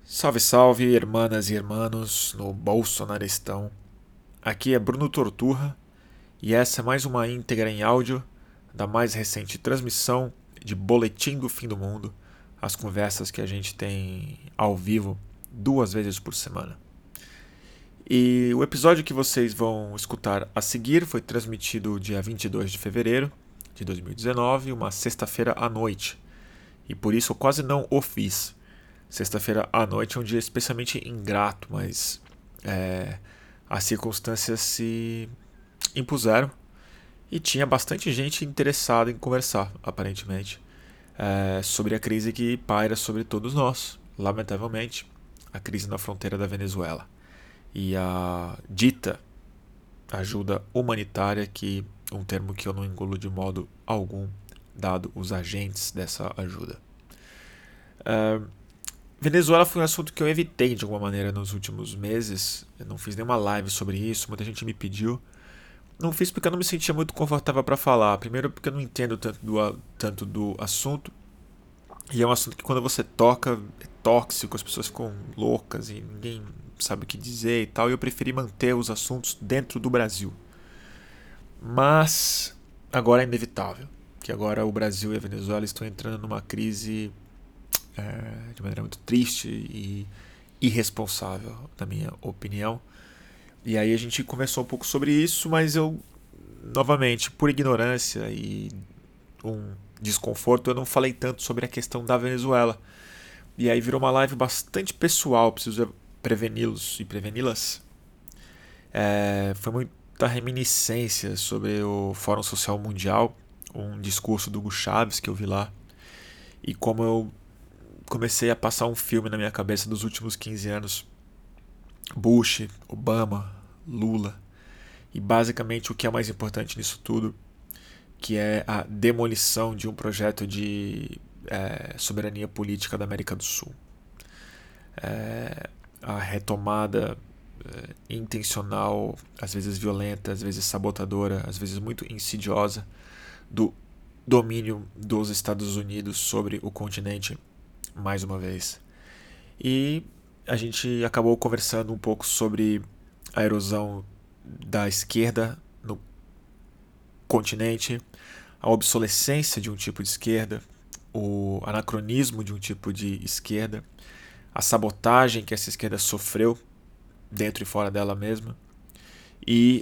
Salve, salve, irmãs e irmãos no Bolsonaristão. Aqui é Bruno Torturra e essa é mais uma íntegra em áudio da mais recente transmissão de Boletim do Fim do Mundo, as conversas que a gente tem ao vivo 2 vezes por semana. E o episódio que vocês vão escutar a seguir foi transmitido dia 22 de fevereiro de 2019, uma sexta-feira à noite, e por isso eu quase não o fiz. Sexta-feira à noite é um dia especialmente ingrato, mas as circunstâncias se impuseram e tinha bastante gente interessada em conversar, aparentemente, sobre a crise que paira sobre todos nós, lamentavelmente, a crise na fronteira da Venezuela e a dita ajuda humanitária, que um termo que eu não engulo de modo algum, dado os agentes dessa ajuda. Venezuela foi um assunto que eu evitei de alguma maneira nos últimos meses. Eu não fiz nenhuma live sobre isso, muita gente me pediu. Não fiz porque eu não me sentia muito confortável para falar. Primeiro porque eu não entendo tanto do assunto. E é um assunto que quando você toca é tóxico, as pessoas ficam loucas e ninguém sabe o que dizer e tal. E eu preferi manter os assuntos dentro do Brasil. Mas agora é inevitável. Que agora o Brasil e a Venezuela estão entrando numa crise de maneira muito triste e irresponsável, na minha opinião. E aí a gente conversou um pouco sobre isso, mas eu, novamente, por ignorância e um desconforto, eu não falei tanto sobre a questão da Venezuela. E aí virou uma live bastante pessoal, preciso preveni-los e preveni-las. Foi muita reminiscência sobre o Fórum Social Mundial, um discurso do Hugo Chávez que eu vi lá, e como eu comecei a passar um filme na minha cabeça dos últimos 15 anos. Bush, Obama, Lula. E basicamente o que é mais importante nisso tudo, que é a demolição de um projeto de soberania política da América do Sul. A retomada intencional, às vezes violenta, às vezes sabotadora, às vezes muito insidiosa, do domínio dos Estados Unidos sobre o continente, mais uma vez. E a gente acabou conversando um pouco sobre a erosão da esquerda no continente, a obsolescência de um tipo de esquerda, o anacronismo de um tipo de esquerda, a sabotagem que essa esquerda sofreu dentro e fora dela mesma, e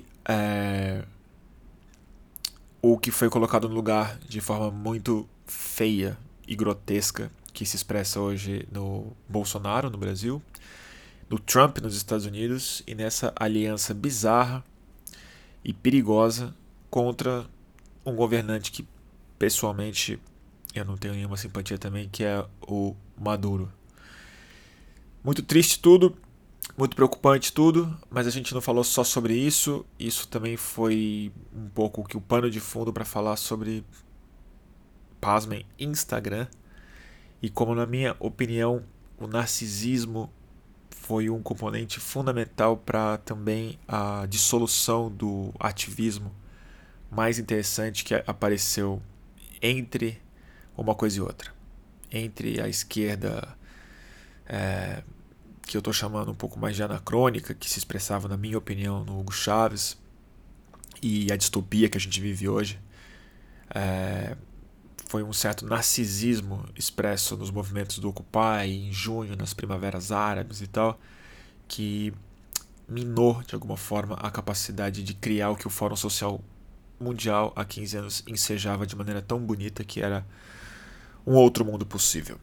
o que foi colocado no lugar de forma muito feia e grotesca que se expressa hoje no Bolsonaro, no Brasil, no Trump, nos Estados Unidos, e nessa aliança bizarra e perigosa contra um governante que, pessoalmente, eu não tenho nenhuma simpatia também, que é o Maduro. Muito triste tudo, muito preocupante tudo, mas a gente não falou só sobre isso. Isso também foi um pouco que o pano de fundo para falar sobre, pasmem, Instagram. E como, na minha opinião, o narcisismo foi um componente fundamental para também a dissolução do ativismo mais interessante que apareceu entre uma coisa e outra. Entre a esquerda, que eu estou chamando um pouco mais de anacrônica, que se expressava, na minha opinião, no Hugo Chávez, e a distopia que a gente vive hoje. Foi um certo narcisismo expresso nos movimentos do Occupy, em junho, nas primaveras árabes e tal, que minou, de alguma forma, a capacidade de criar o que o Fórum Social Mundial há 15 anos ensejava de maneira tão bonita, que era um outro mundo possível.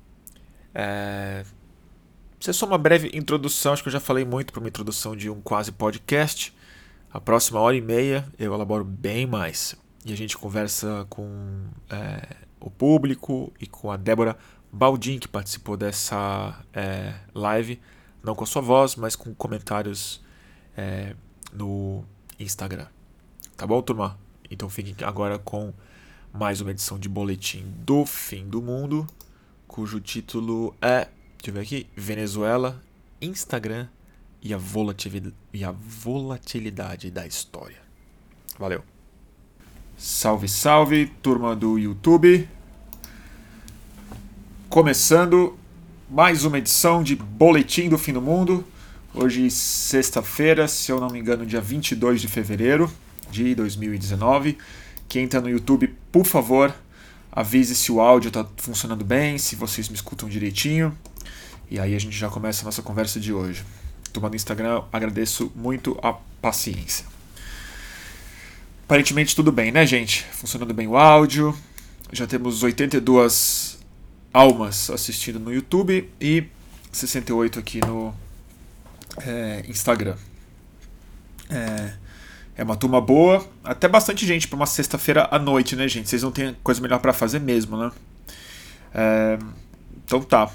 Isso é só uma breve introdução, acho que eu já falei muito para uma introdução de um quase podcast. A próxima hora e meia eu elaboro bem mais. E a gente conversa com o público e com a Débora Baldin, que participou dessa live, não com a sua voz, mas com comentários no Instagram. Tá bom, turma? Então fiquem agora com mais uma edição de Boletim do Fim do Mundo, cujo título é, deixa eu ver aqui, Venezuela, Instagram e a volatilidade da história. Valeu. Salve, salve, turma do YouTube. Começando mais uma edição de Boletim do Fim do Mundo. Hoje, sexta-feira, se eu não me engano, dia 22 de fevereiro de 2019. Quem está no YouTube, por favor, avise se o áudio está funcionando bem, se vocês me escutam direitinho. E aí a gente já começa a nossa conversa de hoje. Turma do Instagram, agradeço muito a paciência. Aparentemente tudo bem, né, gente? Funcionando bem o áudio. Já temos 82 almas assistindo no YouTube e 68 aqui no Instagram. É uma turma boa, até bastante gente para uma sexta-feira à noite, né, gente? Vocês não têm coisa melhor para fazer mesmo, né? Então tá.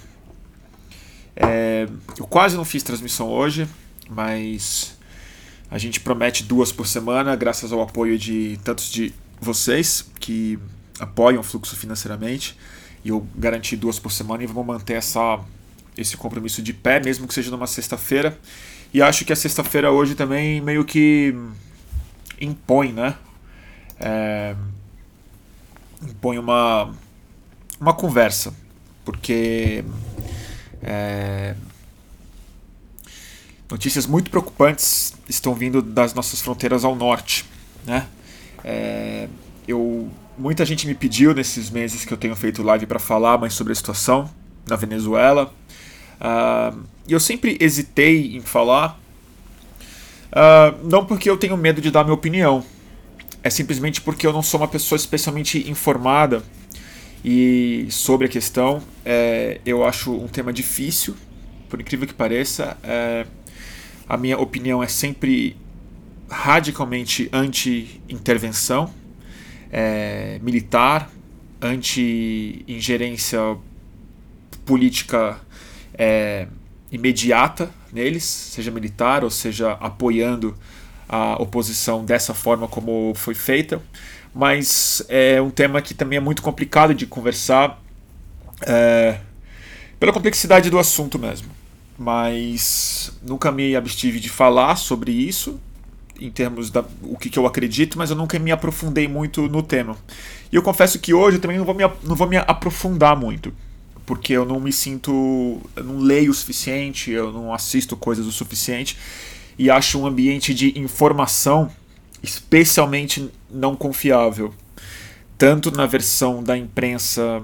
Eu quase não fiz transmissão hoje, mas a gente promete 2 por semana, graças ao apoio de tantos de vocês que apoiam o Fluxo financeiramente. E eu garanti 2 por semana e vamos manter esse compromisso de pé, mesmo que seja numa sexta-feira. E acho que a sexta-feira hoje também meio que impõe, né? Impõe uma conversa, porque notícias muito preocupantes estão vindo das nossas fronteiras ao norte, né? Muita gente me pediu nesses meses que eu tenho feito live para falar mais sobre a situação na Venezuela. E eu sempre hesitei em falar, não porque eu tenho medo de dar minha opinião, é simplesmente porque eu não sou uma pessoa especialmente informada e sobre a questão. Eu acho um tema difícil, por incrível que pareça. A minha opinião é sempre radicalmente anti-intervenção militar, anti-ingerência política imediata neles, seja militar ou seja apoiando a oposição dessa forma como foi feita. Mas é um tema que também é muito complicado de conversar, pela complexidade do assunto mesmo. Mas nunca me abstive de falar sobre isso, em termos do que eu acredito, mas eu nunca me aprofundei muito no tema. E eu confesso que hoje eu também não vou me aprofundar muito, porque eu não me sinto, eu não leio o suficiente, eu não assisto coisas o suficiente, e acho um ambiente de informação especialmente não confiável, tanto na versão da imprensa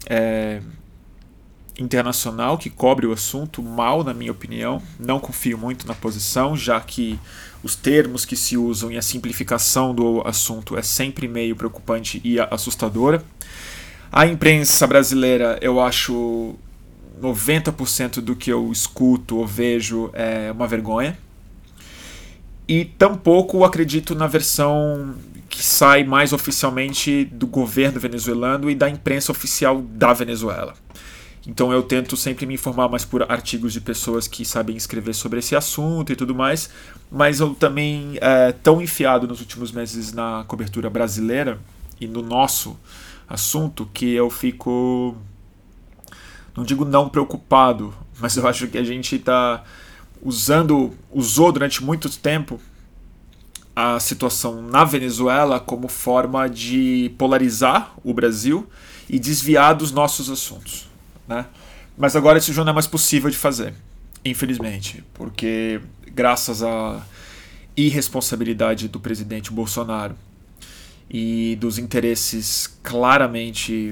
internacional, que cobre o assunto mal, na minha opinião. Não confio muito na posição, já que os termos que se usam e a simplificação do assunto é sempre meio preocupante e assustadora. A imprensa brasileira, eu acho 90% do que eu escuto ou vejo é uma vergonha. E tampouco acredito na versão que sai mais oficialmente do governo venezuelano e da imprensa oficial da Venezuela. Então eu tento sempre me informar mais por artigos de pessoas que sabem escrever sobre esse assunto e tudo mais, mas eu também tão enfiado nos últimos meses na cobertura brasileira e no nosso assunto que eu fico, não digo não preocupado, mas eu acho que a gente usou durante muito tempo a situação na Venezuela como forma de polarizar o Brasil e desviar dos nossos assuntos, né? Mas agora esse jogo não é mais possível de fazer, infelizmente, porque graças à irresponsabilidade do presidente Bolsonaro e dos interesses claramente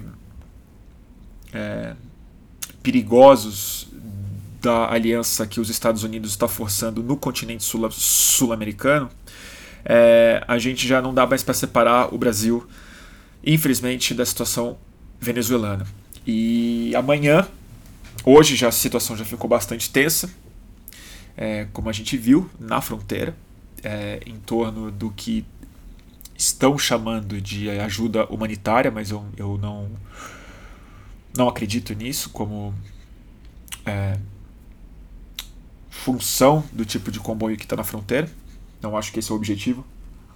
perigosos da aliança que os Estados Unidos está forçando no continente sul-americano, a gente já não dá mais para separar o Brasil, infelizmente, da situação venezuelana. E hoje a situação já ficou bastante tensa, como a gente viu na fronteira, em torno do que estão chamando de ajuda humanitária, mas eu não acredito nisso como função do tipo de comboio que está na fronteira. Não acho que esse é o objetivo.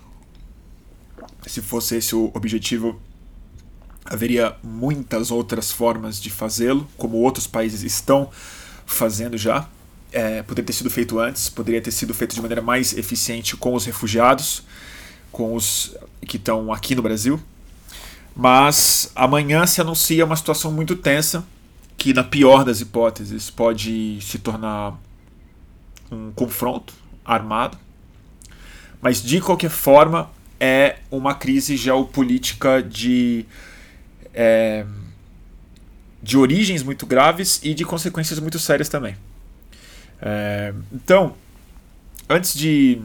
Se fosse esse o objetivo, haveria muitas outras formas de fazê-lo, como outros países estão fazendo já. Poderia ter sido feito antes, poderia ter sido feito de maneira mais eficiente com os refugiados, com os que estão aqui no Brasil. Mas amanhã se anuncia uma situação muito tensa que na pior das hipóteses pode se tornar um confronto armado, mas de qualquer forma é uma crise geopolítica de origens muito graves e de consequências muito sérias também. Então, antes de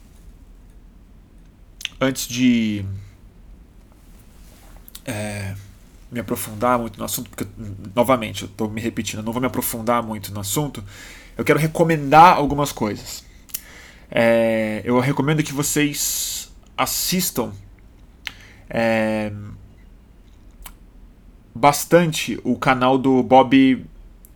me aprofundar muito no assunto, porque, novamente, eu estou me repetindo, eu não vou me aprofundar muito no assunto, eu quero recomendar algumas coisas. Eu recomendo que vocês assistam bastante o canal do Bob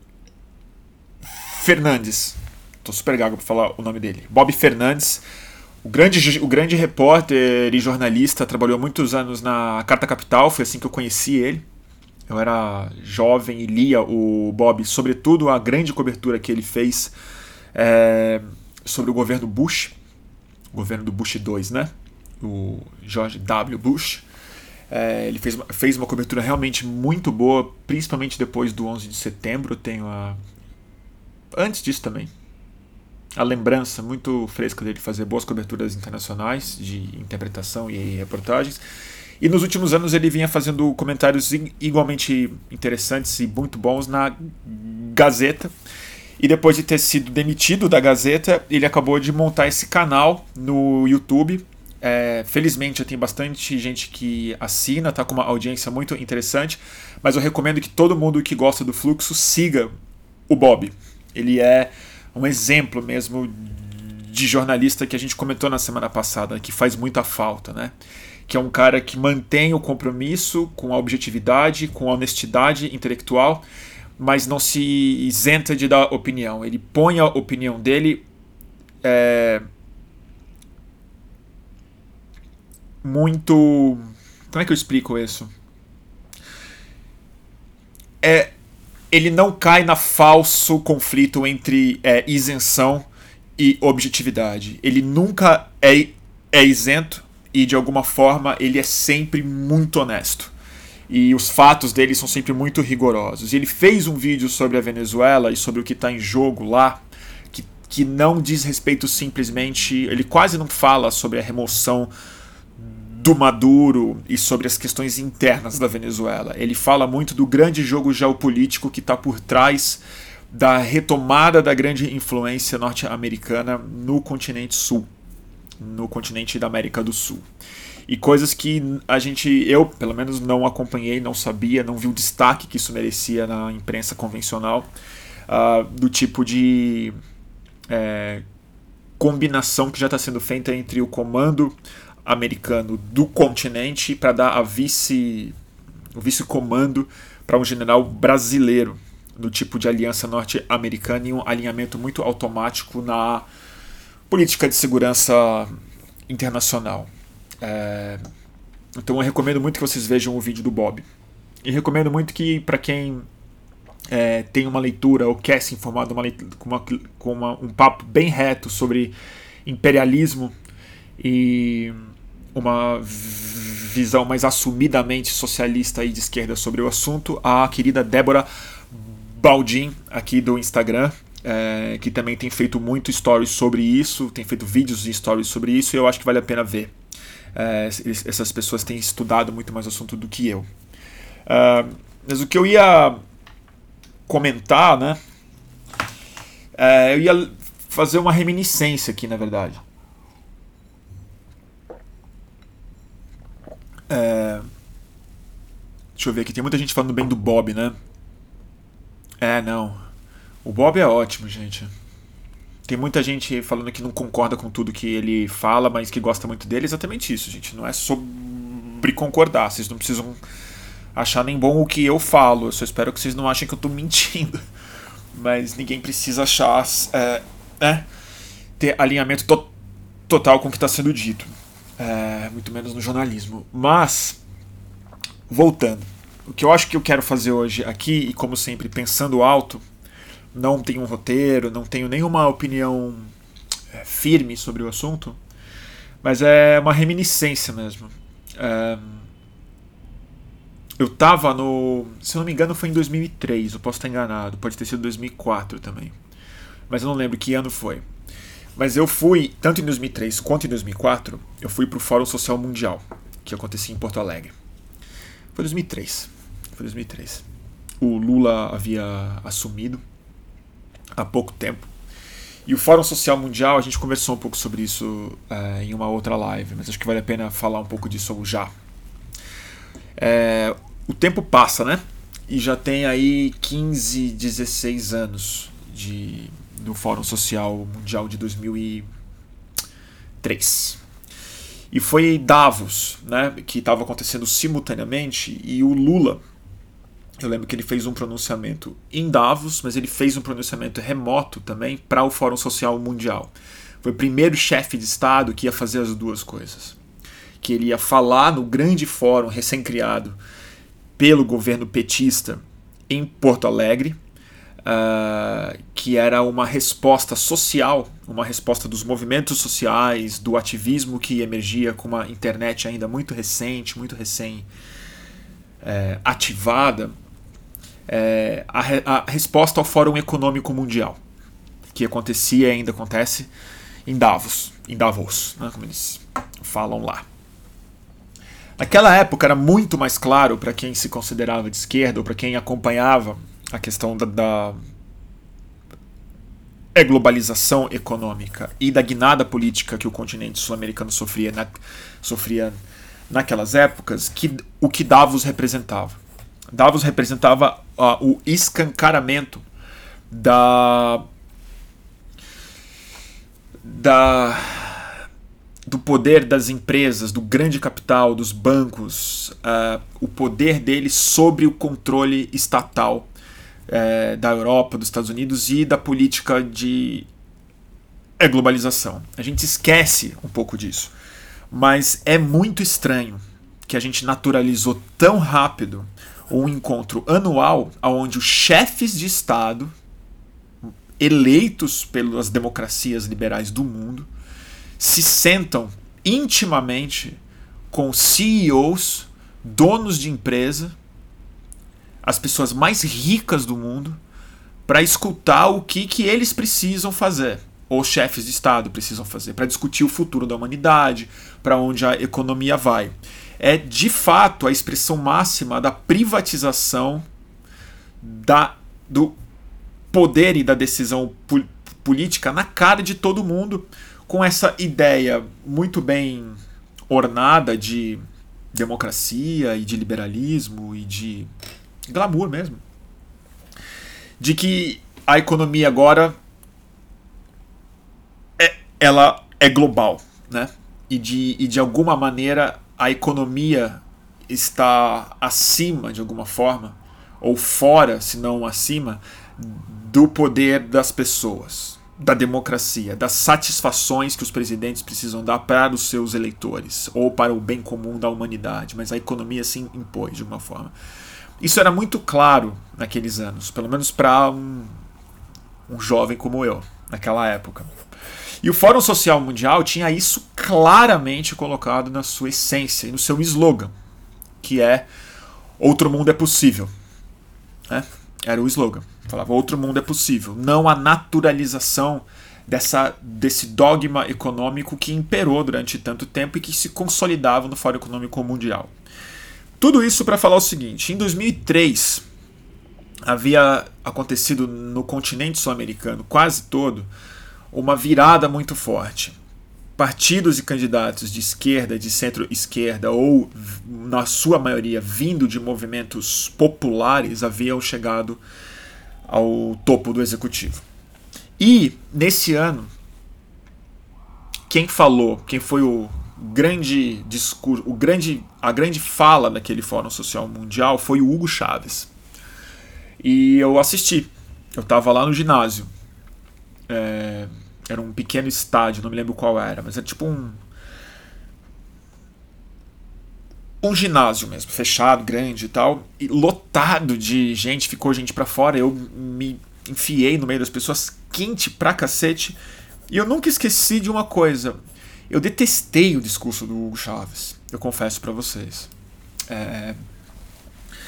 Fernandes. Estou super gago para falar o nome dele. Bob Fernandes, o grande repórter e jornalista, trabalhou há muitos anos na Carta Capital, foi assim que eu conheci ele. Eu era jovem e lia o Bob, sobretudo a grande cobertura que ele fez sobre o governo Bush, o governo do Bush 2, né? O George W. Bush. Ele fez uma cobertura realmente muito boa, principalmente depois do 11 de setembro. Eu tenho antes disso também a lembrança muito fresca dele fazer boas coberturas internacionais de interpretação e reportagens. E nos últimos anos ele vinha fazendo comentários igualmente interessantes e muito bons na Gazeta. E depois de ter sido demitido da Gazeta, ele acabou de montar esse canal no YouTube. Felizmente já tem bastante gente que assina, tá com uma audiência muito interessante, mas eu recomendo que todo mundo que gosta do Fluxo siga o Bob. Ele é um exemplo mesmo de jornalista que a gente comentou na semana passada, que faz muita falta, né? Que é um cara que mantém o compromisso com a objetividade, com a honestidade intelectual, mas não se isenta de dar opinião. Ele põe a opinião dele muito... Como é que eu explico isso? Ele não cai na falso conflito entre isenção e objetividade. Ele nunca é isento e, de alguma forma, ele é sempre muito honesto. E os fatos dele são sempre muito rigorosos. E ele fez um vídeo sobre a Venezuela e sobre o que está em jogo lá, que não diz respeito simplesmente... Ele quase não fala sobre a remoção do Maduro e sobre as questões internas da Venezuela. Ele fala muito do grande jogo geopolítico que está por trás da retomada da grande influência norte-americana no continente sul, no continente da América do Sul. E coisas que eu pelo menos não acompanhei, não sabia, não vi o destaque que isso merecia na imprensa convencional, do tipo de combinação que já está sendo feita entre o comando americano do continente para dar o vice-comando para um general brasileiro, do tipo de aliança norte-americana, e um alinhamento muito automático na política de segurança internacional. Então eu recomendo muito que vocês vejam o vídeo do Bob. E recomendo muito que, para quem tem uma leitura ou quer se informar com um papo bem reto sobre imperialismo e uma visão mais assumidamente socialista e de esquerda sobre o assunto, a querida Débora Baldin, aqui do Instagram, que também tem feito muito stories sobre isso, tem feito vídeos e stories sobre isso, e eu acho que vale a pena ver. Essas pessoas têm estudado muito mais o assunto do que eu. Mas o que eu ia comentar, né? Eu ia fazer uma reminiscência aqui, na verdade. Deixa eu ver aqui, tem muita gente falando bem do Bob, né? Não. O Bob é ótimo, gente. Tem muita gente falando que não concorda com tudo que ele fala, mas que gosta muito dele. Exatamente isso, gente. Não é sobre concordar. Vocês não precisam achar nem bom o que eu falo. Eu só espero que vocês não achem que eu tô mentindo. Mas ninguém precisa achar... ter alinhamento total com o que está sendo dito. Muito menos no jornalismo. Mas, voltando. O que eu acho que eu quero fazer hoje aqui, e como sempre, pensando alto, não tenho um roteiro, não tenho nenhuma opinião firme sobre o assunto, mas é uma reminiscência mesmo. Eu tava no... Se eu não me engano foi em 2003, eu posso estar enganado, pode ter sido 2004 também. Mas eu não lembro que ano foi. Mas eu fui, tanto em 2003 quanto em 2004, eu fui pro Fórum Social Mundial, que acontecia em Porto Alegre. Foi 2003. Foi 2003. O Lula havia assumido há pouco tempo. E o Fórum Social Mundial, a gente conversou um pouco sobre isso em uma outra live, mas acho que vale a pena falar um pouco disso já. O tempo passa, né? E já tem aí 15, 16 anos do Fórum Social Mundial de 2003. E foi Davos, né, que estava acontecendo simultaneamente, e o Lula, eu lembro que ele fez um pronunciamento em Davos, mas ele fez um pronunciamento remoto também para o Fórum Social Mundial. Foi o primeiro chefe de Estado que ia fazer as duas coisas. Que ele ia falar no grande fórum recém-criado pelo governo petista em Porto Alegre, que era uma resposta social, uma resposta dos movimentos sociais, do ativismo que emergia com uma internet ainda muito recente, muito recém-ativada, a resposta ao Fórum Econômico Mundial, que acontecia e ainda acontece em Davos, né, como eles falam lá. Naquela época era muito mais claro para quem se considerava de esquerda ou para quem acompanhava a questão da globalização econômica e da guinada política que o continente sul-americano sofria naquelas épocas, o que Davos representava. Davos representava o escancaramento do poder das empresas, do grande capital, dos bancos, o poder deles sobre o controle estatal da Europa, dos Estados Unidos e da política de globalização. A gente esquece um pouco disso, mas é muito estranho que a gente naturalizou tão rápido um encontro anual onde os chefes de Estado eleitos pelas democracias liberais do mundo se sentam intimamente com CEOs, donos de empresa, as pessoas mais ricas do mundo, para escutar o que eles precisam fazer, ou os chefes de Estado precisam fazer, para discutir o futuro da humanidade, para onde a economia vai. É, de fato, a expressão máxima da privatização do poder e da decisão política na cara de todo mundo, com essa ideia muito bem ornada de democracia e de liberalismo e de glamour mesmo, de que a economia agora ela é global, né? E de alguma maneira a economia está acima, de alguma forma, ou fora, se não acima, do poder das pessoas, da democracia, das satisfações que os presidentes precisam dar para os seus eleitores, ou para o bem comum da humanidade, mas a economia se impôs de alguma forma. Isso era muito claro naqueles anos, pelo menos para um jovem como eu, naquela época. E o Fórum Social Mundial tinha isso claramente colocado na sua essência e no seu slogan, que é "Outro mundo é possível". Era o slogan. Falava "Outro mundo é possível". Não a naturalização desse dogma econômico que imperou durante tanto tempo e que se consolidava no Fórum Econômico Mundial. Tudo isso para falar o seguinte: em 2003 havia acontecido no continente sul-americano quase todo uma virada muito forte. Partidos e candidatos de esquerda, de centro-esquerda, ou na sua maioria vindo de movimentos populares, haviam chegado ao topo do executivo. E nesse ano, quem foi o grande discurso, a grande fala daquele Fórum Social Mundial foi o Hugo Chávez. E eu assisti. Eu estava lá no ginásio. Era um pequeno estádio, não me lembro qual era, mas era tipo um ginásio mesmo, fechado, grande e tal, e lotado de gente, ficou gente pra fora. Eu me enfiei no meio das pessoas, quente pra cacete, e eu nunca esqueci de uma coisa: eu detestei o discurso do Hugo Chávez, eu confesso pra vocês.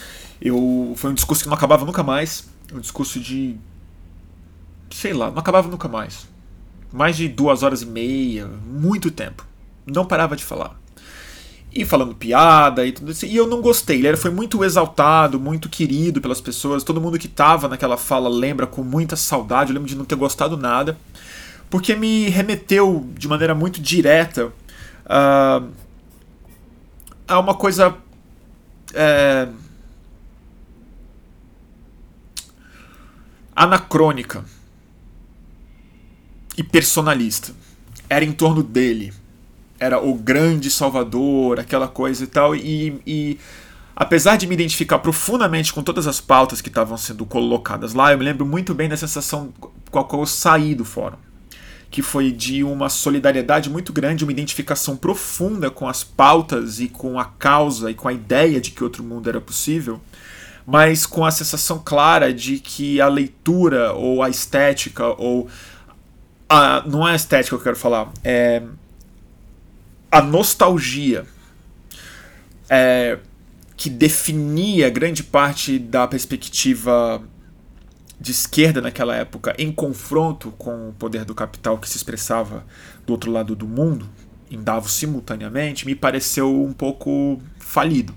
Foi um discurso que não acabava nunca mais. Um discurso de... sei lá, não acabava nunca mais. Mais de 2 horas e meia, muito tempo. Não parava de falar. E falando piada e tudo isso. E eu não gostei. Ele foi muito exaltado, muito querido pelas pessoas. Todo mundo que tava naquela fala lembra com muita saudade. Eu lembro de não ter gostado nada. Porque me remeteu de maneira muito direta a uma coisa... anacrônica e personalista. Era em torno dele. Era o grande salvador, aquela coisa e tal. E apesar de me identificar profundamente com todas as pautas que estavam sendo colocadas lá, eu me lembro muito bem da sensação com a qual eu saí do fórum. Que foi de uma solidariedade muito grande, uma identificação profunda com as pautas e com a causa e com a ideia de que outro mundo era possível, mas com a sensação clara de que a leitura ou a estética, ou não é a estética que eu quero falar, é a nostalgia que definia grande parte da perspectiva de esquerda naquela época, em confronto com o poder do capital que se expressava do outro lado do mundo, em Davos simultaneamente, me pareceu um pouco falido.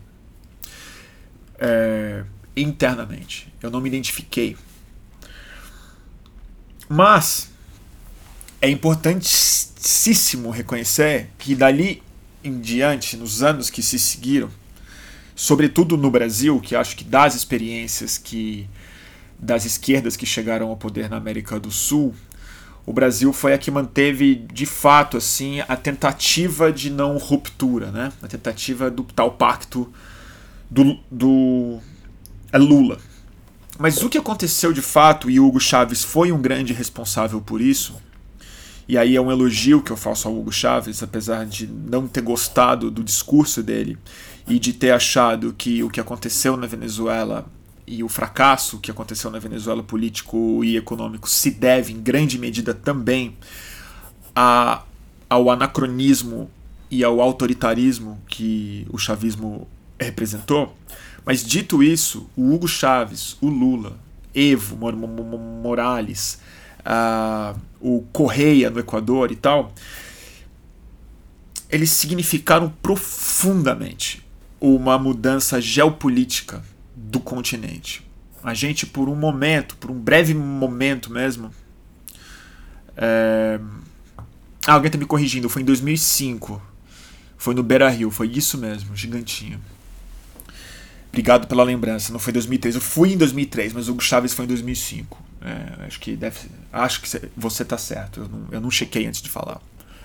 Internamente. Eu não me identifiquei. Mas é importantíssimo reconhecer que dali em diante, nos anos que se seguiram, sobretudo no Brasil, que acho que das experiências das esquerdas que chegaram ao poder na América do Sul, o Brasil foi a que manteve de fato assim a tentativa de não ruptura, né? A tentativa do tal pacto do Lula. Mas o que aconteceu de fato, e Hugo Chávez foi um grande responsável por isso, e aí é um elogio que eu faço ao Hugo Chávez, apesar de não ter gostado do discurso dele e de ter achado que o que aconteceu na Venezuela e o fracasso que aconteceu na Venezuela político e econômico se deve em grande medida também ao anacronismo e ao autoritarismo que o chavismo representou. Mas dito isso, o Hugo Chávez, o Lula, Evo Morales, o Correia no Equador e tal, eles significaram profundamente uma mudança geopolítica do continente. A gente, por um momento, por um breve momento mesmo... alguém está me corrigindo, foi em 2005. Foi no Beira-Rio, foi isso mesmo, gigantinho. Obrigado pela lembrança, não foi 2003. Eu fui em 2003, mas o Hugo Chávez foi em 2005. Acho que você está certo, eu não chequei antes de falar.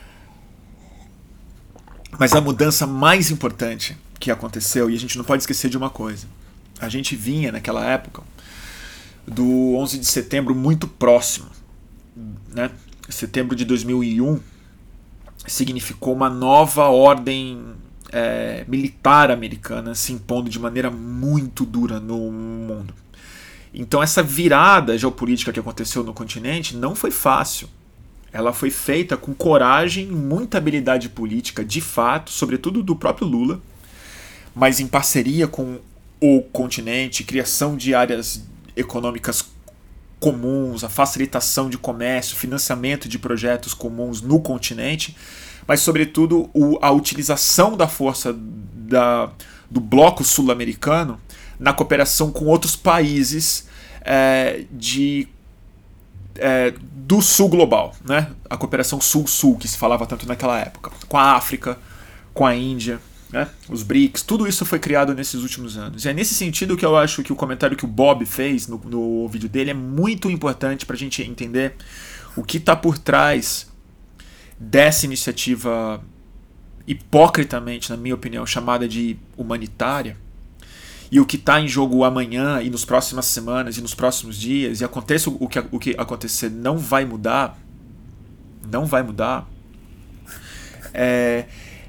Mas a mudança mais importante que aconteceu, e a gente não pode esquecer de uma coisa, a gente vinha naquela época do 11 de setembro muito próximo, né? Setembro de 2001 significou uma nova ordem militar americana se impondo de maneira muito dura no mundo. Então essa virada geopolítica que aconteceu no continente não foi fácil. Ela foi feita com coragem e muita habilidade política, de fato, sobretudo do próprio Lula, mas em parceria com o continente, criação de áreas econômicas comuns, a facilitação de comércio, financiamento de projetos comuns no continente, mas sobretudo a utilização da força do bloco sul-americano na cooperação com outros países do sul global, né? A cooperação sul-sul que se falava tanto naquela época, com a África, com a Índia, né? Os BRICS, tudo isso foi criado nesses últimos anos. E é nesse sentido que eu acho que o comentário que o Bob fez no vídeo dele é muito importante para a gente entender o que está por trás dessa iniciativa hipocritamente, na minha opinião, chamada de humanitária, e o que está em jogo amanhã e nas próximas semanas e nos próximos dias, e aconteça o que acontecer, não vai mudar, é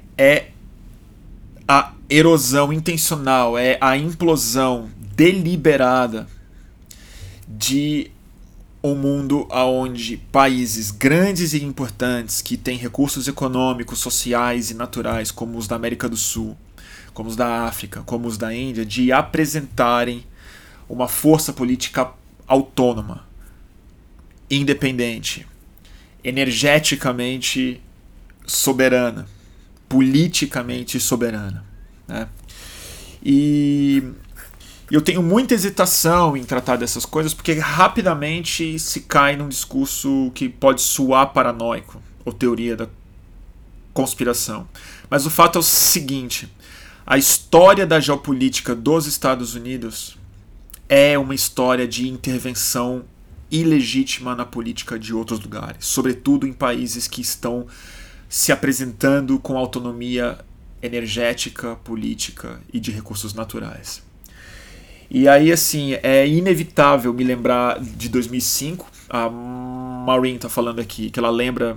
a erosão intencional, é a implosão deliberada de um mundo onde países grandes e importantes que têm recursos econômicos, sociais e naturais, como os da América do Sul, como os da África, como os da Índia, de apresentarem uma força política autônoma, independente, energeticamente soberana, politicamente soberana, né? E eu tenho muita hesitação em tratar dessas coisas porque rapidamente se cai num discurso que pode soar paranoico ou teoria da conspiração. Mas o fato é o seguinte: a história da geopolítica dos Estados Unidos é uma história de intervenção ilegítima na política de outros lugares, sobretudo em países que estão se apresentando com autonomia energética, política e de recursos naturais. E aí, assim, é inevitável me lembrar de 2005. A Maureen tá falando aqui que ela lembra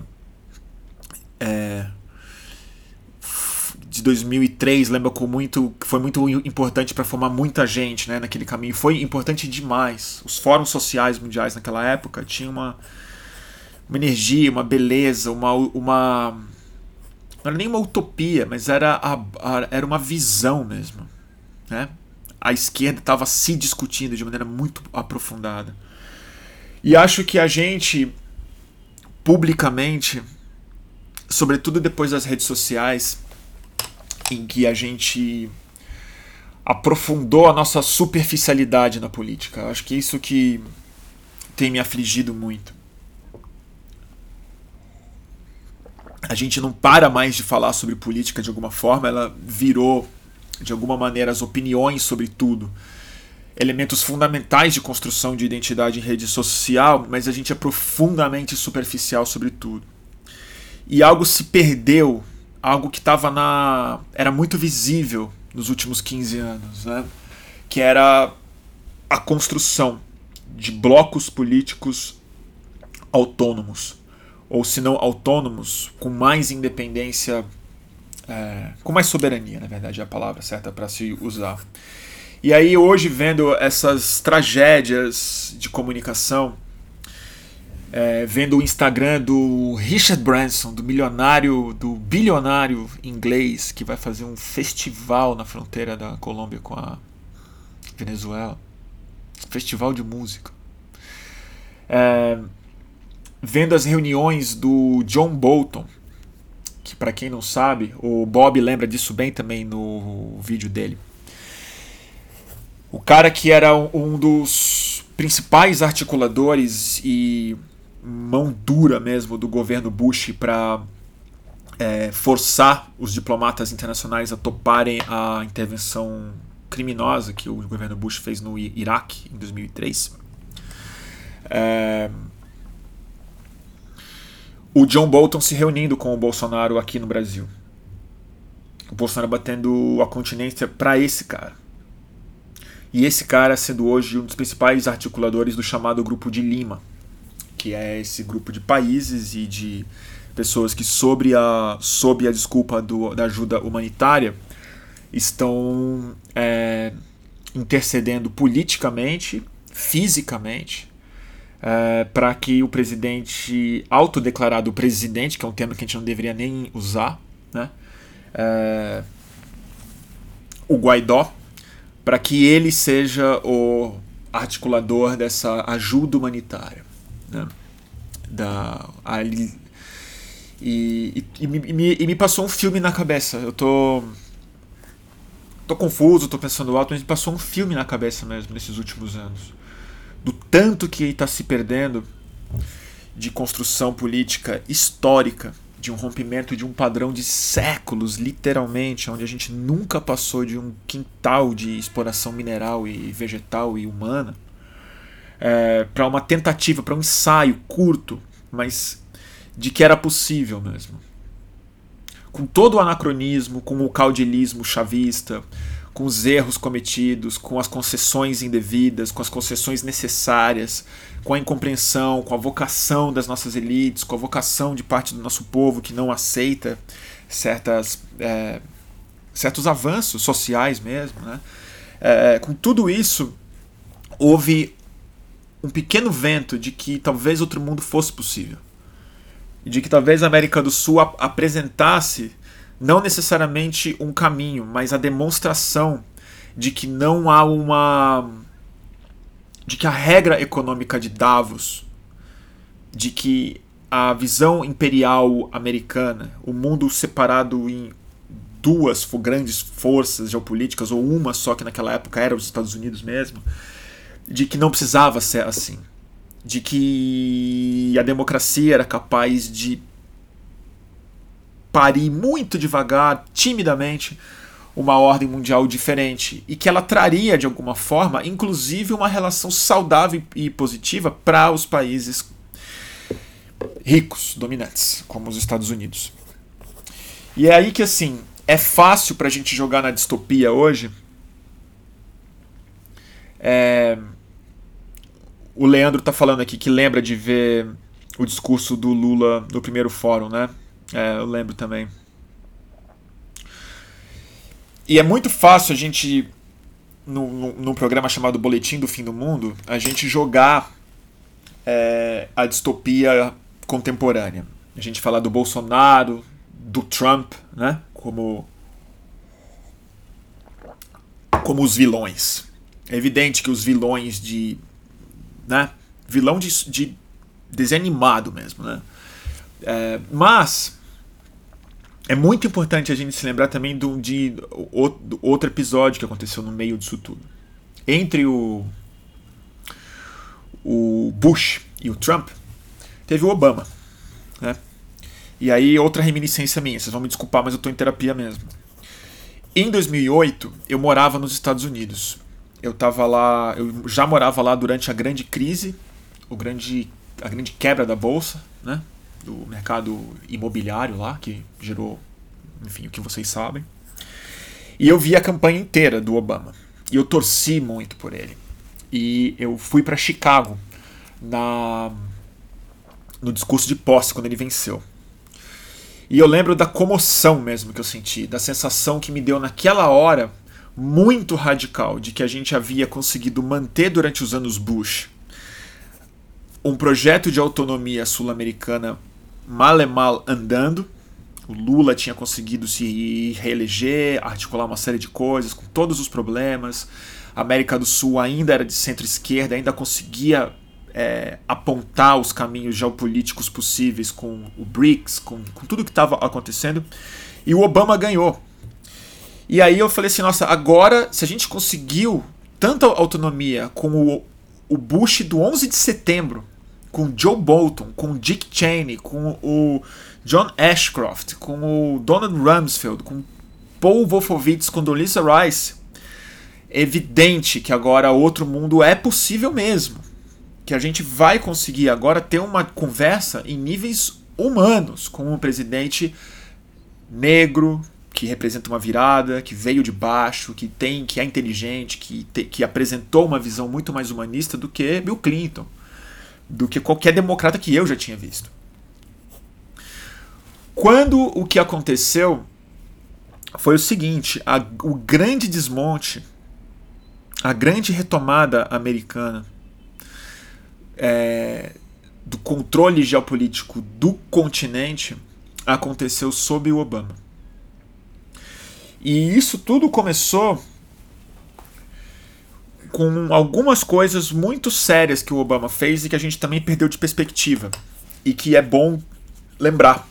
de 2003, lembra que foi muito importante para formar muita gente, né, naquele caminho. Foi importante demais. Os fóruns sociais mundiais naquela época tinham uma energia, uma beleza, não era nem uma utopia, mas era uma visão mesmo, né? A esquerda estava se discutindo de maneira muito aprofundada. E acho que a gente, publicamente, sobretudo depois das redes sociais, em que a gente aprofundou a nossa superficialidade na política, acho que isso que tem me afligido muito. A gente não para mais de falar sobre política de alguma forma, ela virou, de alguma maneira, as opiniões sobre tudo. Elementos fundamentais de construção de identidade em rede social, mas a gente é profundamente superficial sobre tudo. E algo se perdeu, algo que era muito visível nos últimos 15 anos, né? Que era a construção de blocos políticos autônomos, ou se não autônomos, com mais independência, com mais soberania, na verdade é a palavra certa para se usar. E aí hoje, vendo essas tragédias de comunicação, vendo o Instagram do Richard Branson, do bilionário inglês, que vai fazer um festival na fronteira da Colômbia com a Venezuela, festival de música, vendo as reuniões do John Bolton, que, para quem não sabe, o Bob lembra disso bem também no vídeo dele. O cara que era um dos principais articuladores e mão dura mesmo do governo Bush para forçar os diplomatas internacionais a toparem a intervenção criminosa que o governo Bush fez no Iraque em 2003. O John Bolton se reunindo com o Bolsonaro aqui no Brasil. O Bolsonaro batendo a continência para esse cara. E esse cara sendo hoje um dos principais articuladores do chamado Grupo de Lima, que é esse grupo de países e de pessoas que, sob a desculpa da ajuda humanitária, estão intercedendo politicamente, fisicamente, para que o presidente, autodeclarado presidente, que é um termo que a gente não deveria nem usar, né? O Guaidó, para que ele seja o articulador dessa ajuda humanitária, né? E me passou um filme na cabeça. Eu tô confuso, tô pensando alto, mas me passou um filme na cabeça mesmo nesses últimos anos, do tanto que está se perdendo de construção política histórica, de um rompimento de um padrão de séculos, literalmente, onde a gente nunca passou de um quintal de exploração mineral e vegetal e humana, para uma tentativa, para um ensaio curto, mas de que era possível mesmo. Com todo o anacronismo, com o caudilismo chavista, com os erros cometidos, com as concessões indevidas, com as concessões necessárias, com a incompreensão, com a vocação das nossas elites, com a vocação de parte do nosso povo que não aceita certos avanços sociais mesmo, né? Com tudo isso, houve um pequeno vento de que talvez outro mundo fosse possível. E de que talvez a América do Sul apresentasse não necessariamente um caminho, mas a demonstração de que não há de que a regra econômica de Davos, de que a visão imperial americana, o mundo separado em duas grandes forças geopolíticas, ou uma só, que naquela época era os Estados Unidos mesmo, de que não precisava ser assim, de que a democracia era capaz de parir muito devagar, timidamente, uma ordem mundial diferente, e que ela traria de alguma forma, inclusive, uma relação saudável e positiva para os países ricos, dominantes, como os Estados Unidos. E é aí que, assim, é fácil pra gente jogar na distopia hoje. O Leandro tá falando aqui que lembra de ver o discurso do Lula no primeiro fórum, né? Eu lembro também. E é muito fácil a gente, num programa chamado Boletim do Fim do Mundo, a gente jogar a distopia contemporânea. A gente falar do Bolsonaro, do Trump, né? Como os vilões. É evidente que os vilões né? Vilão de desenho animado mesmo, né? Mas é muito importante a gente se lembrar também de outro episódio que aconteceu no meio disso tudo. Entre o Bush e o Trump, teve o Obama, né? E aí, outra reminiscência minha, vocês vão me desculpar, mas eu tô em terapia mesmo. Em 2008, eu morava nos Estados Unidos. Eu já morava lá durante a grande crise, a grande quebra da bolsa, né? Do mercado imobiliário lá, que gerou, enfim, o que vocês sabem. E eu vi a campanha inteira do Obama. E eu torci muito por ele. E eu fui para Chicago no discurso de posse, quando ele venceu. E eu lembro da comoção mesmo que eu senti, da sensação que me deu naquela hora, muito radical, de que a gente havia conseguido manter durante os anos Bush um projeto de autonomia sul-americana mal e mal andando. O Lula tinha conseguido se reeleger, articular uma série de coisas, com todos os problemas. A América do Sul ainda era de centro-esquerda, ainda conseguia apontar os caminhos geopolíticos possíveis com o BRICS, com tudo que estava acontecendo. E o Obama ganhou. E aí eu falei assim, nossa, agora, se a gente conseguiu tanta autonomia com o Bush do 11 de setembro, com o Joe Bolton, com o Dick Cheney, com o John Ashcroft, com o Donald Rumsfeld, com Paul Wolfowitz, com Condoleezza Rice, é evidente que agora outro mundo é possível mesmo. Que a gente vai conseguir agora ter uma conversa em níveis humanos com um presidente negro, que representa uma virada, que veio de baixo, que é inteligente, que apresentou uma visão muito mais humanista do que Bill Clinton, do que qualquer democrata que eu já tinha visto. Quando o que aconteceu foi o seguinte, o grande desmonte, a grande retomada americana do controle geopolítico do continente aconteceu sob o Obama. E isso tudo começou com algumas coisas muito sérias que o Obama fez e que a gente também perdeu de perspectiva. E que é bom lembrar.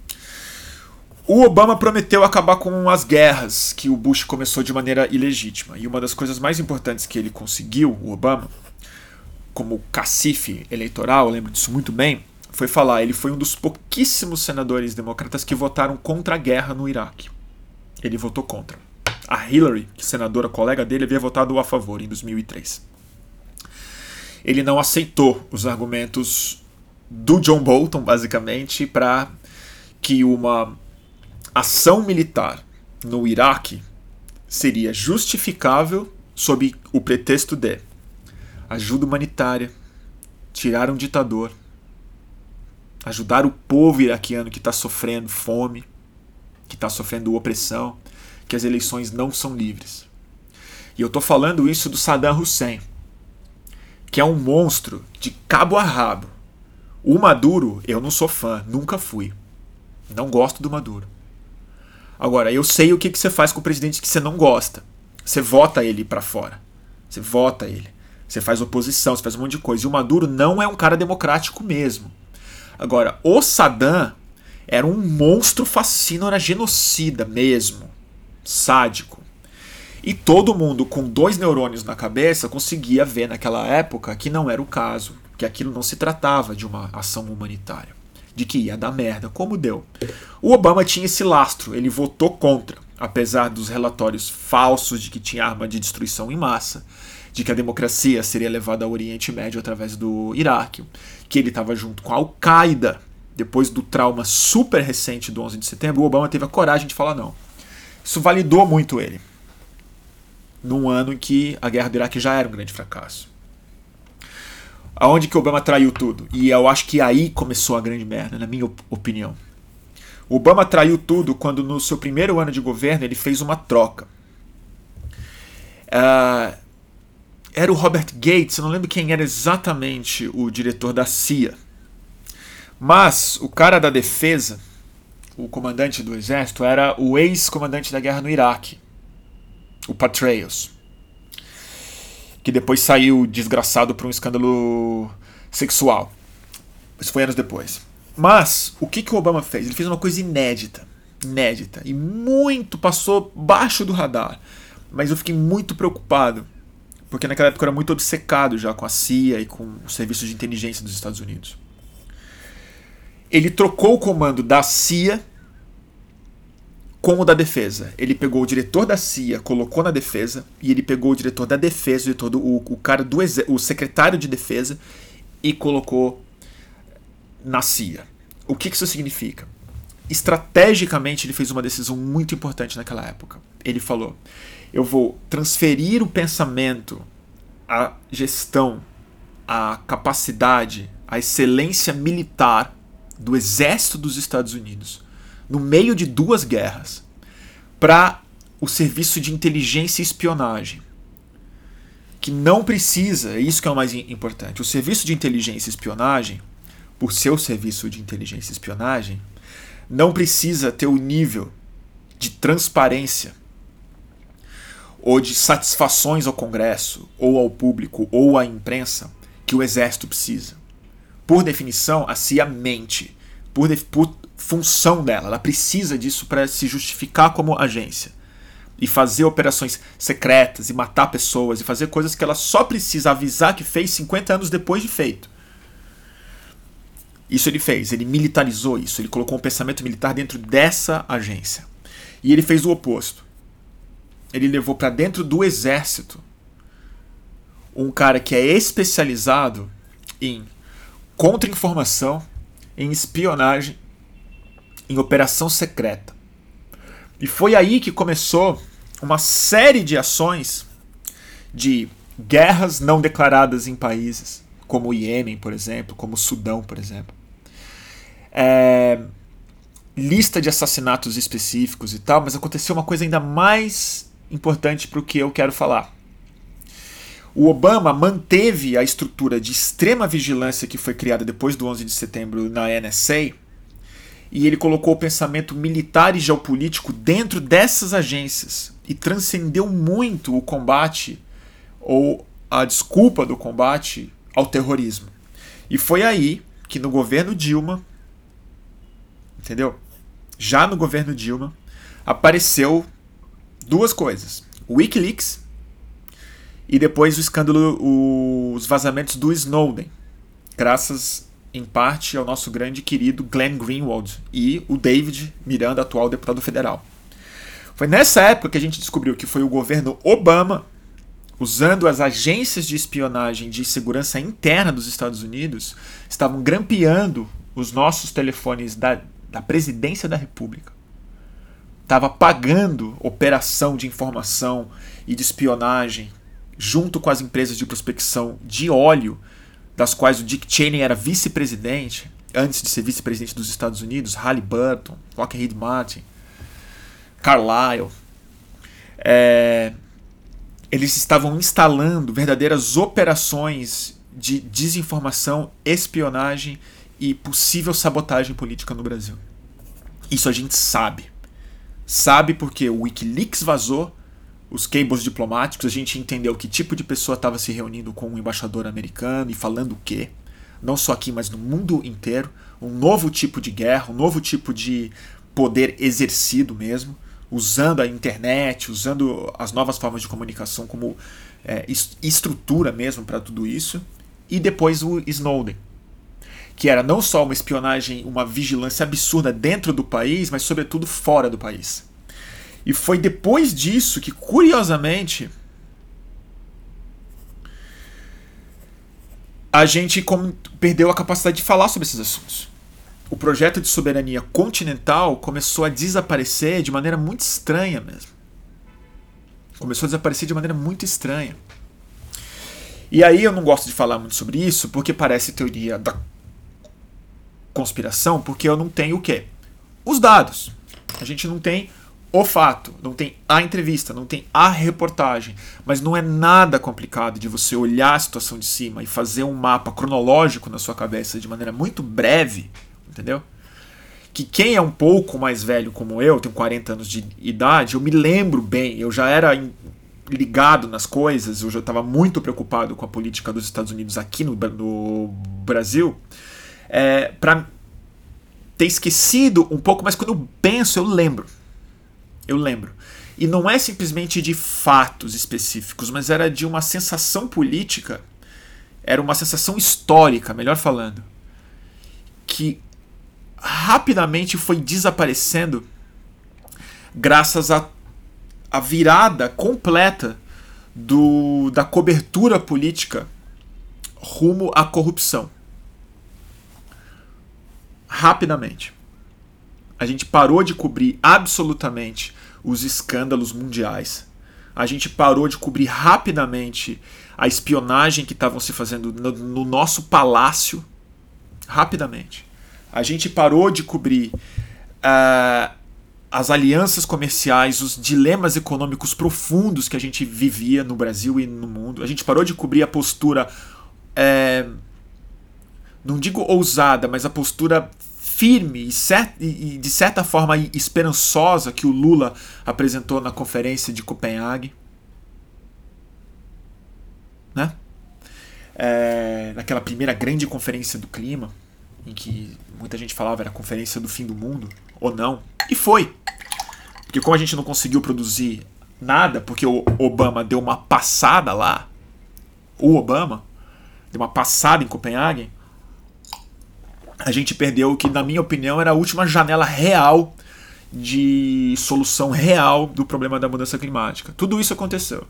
O Obama prometeu acabar com as guerras que o Bush começou de maneira ilegítima. E uma das coisas mais importantes que ele conseguiu, o Obama, como cacife eleitoral, eu lembro disso muito bem, foi falar, ele foi um dos pouquíssimos senadores democratas que votaram contra a guerra no Iraque. Ele votou contra. A Hillary, que senadora colega dele, havia votado a favor em 2003. Ele não aceitou os argumentos do John Bolton, basicamente, para que uma ação militar no Iraque seria justificável sob o pretexto de ajuda humanitária, tirar um ditador, ajudar o povo iraquiano que está sofrendo fome, que está sofrendo opressão, que as eleições não são livres. E eu estou falando isso do Saddam Hussein, que é um monstro de cabo a rabo. O Maduro, eu não sou fã, nunca fui. Não gosto do Maduro. Agora, eu sei o que você faz com o presidente que você não gosta. Você vota ele pra fora. Você vota ele. Você faz oposição, você faz um monte de coisa. E o Maduro não é um cara democrático mesmo. Agora, o Saddam era um monstro fascino, era genocida mesmo. Sádico. E todo mundo com 2 neurônios na cabeça conseguia ver naquela época que não era o caso. Que aquilo não se tratava de uma ação humanitária. De que ia dar merda, como deu. O Obama tinha esse lastro, ele votou contra, apesar dos relatórios falsos de que tinha arma de destruição em massa, de que a democracia seria levada ao Oriente Médio através do Iraque, que ele estava junto com a Al-Qaeda, depois do trauma super recente do 11 de setembro, o Obama teve a coragem de falar não. Isso validou muito ele, num ano em que a guerra do Iraque já era um grande fracasso. Aonde que o Obama traiu tudo? E eu acho que aí começou a grande merda, na minha opinião. O Obama traiu tudo quando no seu primeiro ano de governo ele fez uma troca. Era o Robert Gates, eu não lembro quem era exatamente o diretor da CIA. Mas o cara da defesa, o comandante do exército, era o ex-comandante da guerra no Iraque, o Petraeus, que depois saiu desgraçado por um escândalo sexual. Isso foi anos depois. Mas, o que o Obama fez? Ele fez uma coisa inédita. Inédita. E muito passou baixo do radar. Mas eu fiquei muito preocupado. Porque naquela época eu era muito obcecado já com a CIA e com o serviço de inteligência dos Estados Unidos. Ele trocou o comando da CIA com o da defesa. Ele pegou o diretor da CIA, colocou na defesa, e ele pegou o diretor da defesa, o cara o secretário de defesa, e colocou na CIA. O que isso significa? Estrategicamente ele fez uma decisão muito importante naquela época. Ele falou: eu vou transferir o pensamento, a gestão, a capacidade, a excelência militar do exército dos Estados Unidos no meio de 2 guerras, para o serviço de inteligência e espionagem. Que não precisa, isso que é o mais importante, o serviço de inteligência e espionagem, por ser o serviço de inteligência e espionagem, não precisa ter o nível de transparência ou de satisfações ao Congresso, ou ao público, ou à imprensa, que o exército precisa. Por definição, a CIA mente. Por função dela, ela precisa disso para se justificar como agência e fazer operações secretas e matar pessoas e fazer coisas que ela só precisa avisar que fez 50 anos depois de feito. Isso ele fez, ele militarizou isso, ele colocou um pensamento militar dentro dessa agência. E ele fez o oposto. Ele levou para dentro do exército um cara que é especializado em contra-informação, em espionagem, em operação secreta. E foi aí que começou uma série de ações de guerras não declaradas em países, como o Iêmen, por exemplo, como o Sudão, por exemplo. Lista de assassinatos específicos e tal, mas aconteceu uma coisa ainda mais importante para o que eu quero falar. O Obama manteve a estrutura de extrema vigilância que foi criada depois do 11 de setembro na NSA, e ele colocou o pensamento militar e geopolítico dentro dessas agências e transcendeu muito o combate ou a desculpa do combate ao terrorismo. E foi aí que no governo Dilma, entendeu? Já no governo Dilma, apareceu 2 coisas. O Wikileaks e depois o escândalo, os vazamentos do Snowden, graças em parte ao nosso grande querido Glenn Greenwald e o David Miranda, atual deputado federal. Foi nessa época que a gente descobriu que foi o governo Obama, usando as agências de espionagem de segurança interna dos Estados Unidos, estavam grampeando os nossos telefones da presidência da República. Estava pagando operação de informação e de espionagem junto com as empresas de prospecção de óleo, das quais o Dick Cheney era vice-presidente, antes de ser vice-presidente dos Estados Unidos, Halliburton, Lockheed Martin, Carlyle. Eles estavam instalando verdadeiras operações de desinformação, espionagem e possível sabotagem política no Brasil. Isso a gente sabe. sabe porque o Wikileaks vazou os cables diplomáticos, a gente entendeu que tipo de pessoa estava se reunindo com o embaixador americano e falando o quê, não só aqui, mas no mundo inteiro, um novo tipo de guerra, um novo tipo de poder exercido mesmo, usando a internet, usando as novas formas de comunicação como estrutura mesmo para tudo isso, e depois o Snowden, que era não só uma espionagem, uma vigilância absurda dentro do país, mas sobretudo fora do país. E foi depois disso que, curiosamente, a gente perdeu a capacidade de falar sobre esses assuntos. O projeto de soberania continental começou a desaparecer de maneira muito estranha mesmo. Começou a desaparecer de maneira muito estranha. E aí eu não gosto de falar muito sobre isso, porque parece teoria da conspiração, porque eu não tenho o quê? Os dados. A gente não tem o fato, não tem a entrevista, não tem a reportagem, mas não é nada complicado de você olhar a situação de cima e fazer um mapa cronológico na sua cabeça de maneira muito breve, entendeu? Que quem é um pouco mais velho como eu, tenho 40 anos de idade, eu me lembro bem, eu já era ligado nas coisas, eu já estava muito preocupado com a política dos Estados Unidos aqui no Brasil, para ter esquecido um pouco, mas quando eu penso, eu lembro. E não é simplesmente de fatos específicos, mas era de uma sensação política, era uma sensação histórica, melhor falando, que rapidamente foi desaparecendo graças à virada completa da cobertura política rumo à corrupção. Rapidamente. A gente parou de cobrir absolutamente os escândalos mundiais. A gente parou de cobrir rapidamente a espionagem que estavam se fazendo no nosso palácio. Rapidamente. A gente parou de cobrir as alianças comerciais, os dilemas econômicos profundos que a gente vivia no Brasil e no mundo. A gente parou de cobrir a postura, não digo ousada, mas a postura firme e de certa forma esperançosa que o Lula apresentou na conferência de Copenhague, né? Naquela primeira grande conferência do clima, em que muita gente falava era a conferência do fim do mundo, ou não, e foi, porque como a gente não conseguiu produzir nada, porque o Obama deu uma passada lá, deu uma passada em Copenhague, a gente perdeu o que, na minha opinião, era a última janela real de solução real do problema da mudança climática. Tudo isso aconteceu.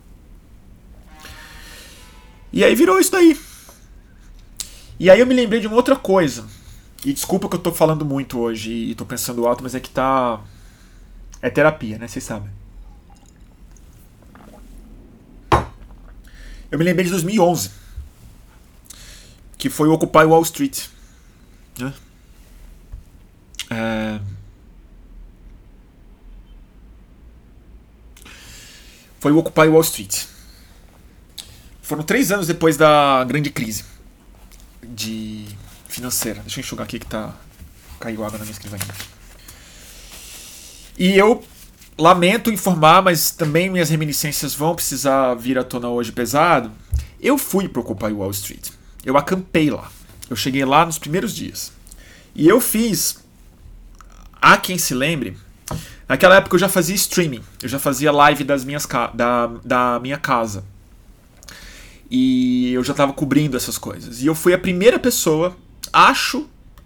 E aí virou isso daí. E aí eu me lembrei de uma outra coisa. E desculpa que eu tô falando muito hoje e tô pensando alto, mas é que tá... É terapia, né? Vocês sabem. Eu me lembrei de 2011. Que foi o Occupy Wall Street. Foi o Occupy Wall Street. Foram 3 anos depois da grande crise financeira. Deixa eu enxugar aqui que caiu água na minha escrivaninha. E eu lamento informar, mas também minhas reminiscências vão precisar vir à tona hoje pesado. Eu fui para o Occupy Wall Street. Eu acampei lá. Eu cheguei lá nos primeiros dias. E eu fiz, há quem se lembre, naquela época eu já fazia streaming, eu já fazia live da minha casa. E eu já estava cobrindo essas coisas. E eu fui a primeira pessoa, acho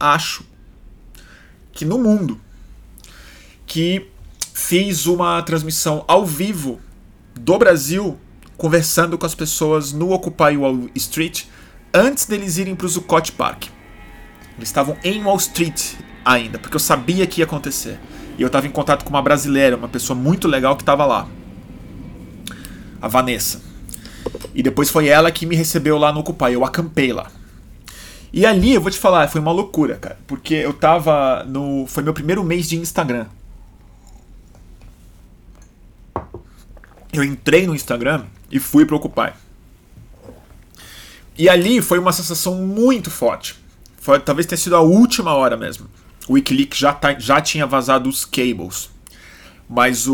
que no mundo, que fiz uma transmissão ao vivo do Brasil, conversando com as pessoas no Occupy Wall Street, antes deles irem para o Zuccotti Park. Eles estavam em Wall Street ainda, porque eu sabia que ia acontecer. E eu estava em contato com uma brasileira, uma pessoa muito legal que estava lá. A Vanessa. E depois foi ela que me recebeu lá no Occupy, eu acampei lá. E ali, eu vou te falar, foi uma loucura, cara. Porque eu tava foi meu primeiro mês de Instagram. Eu entrei no Instagram e fui pro Occupy. E ali foi uma sensação muito forte. Talvez tenha sido a última hora mesmo. O Wikileaks já tinha vazado os cables. mas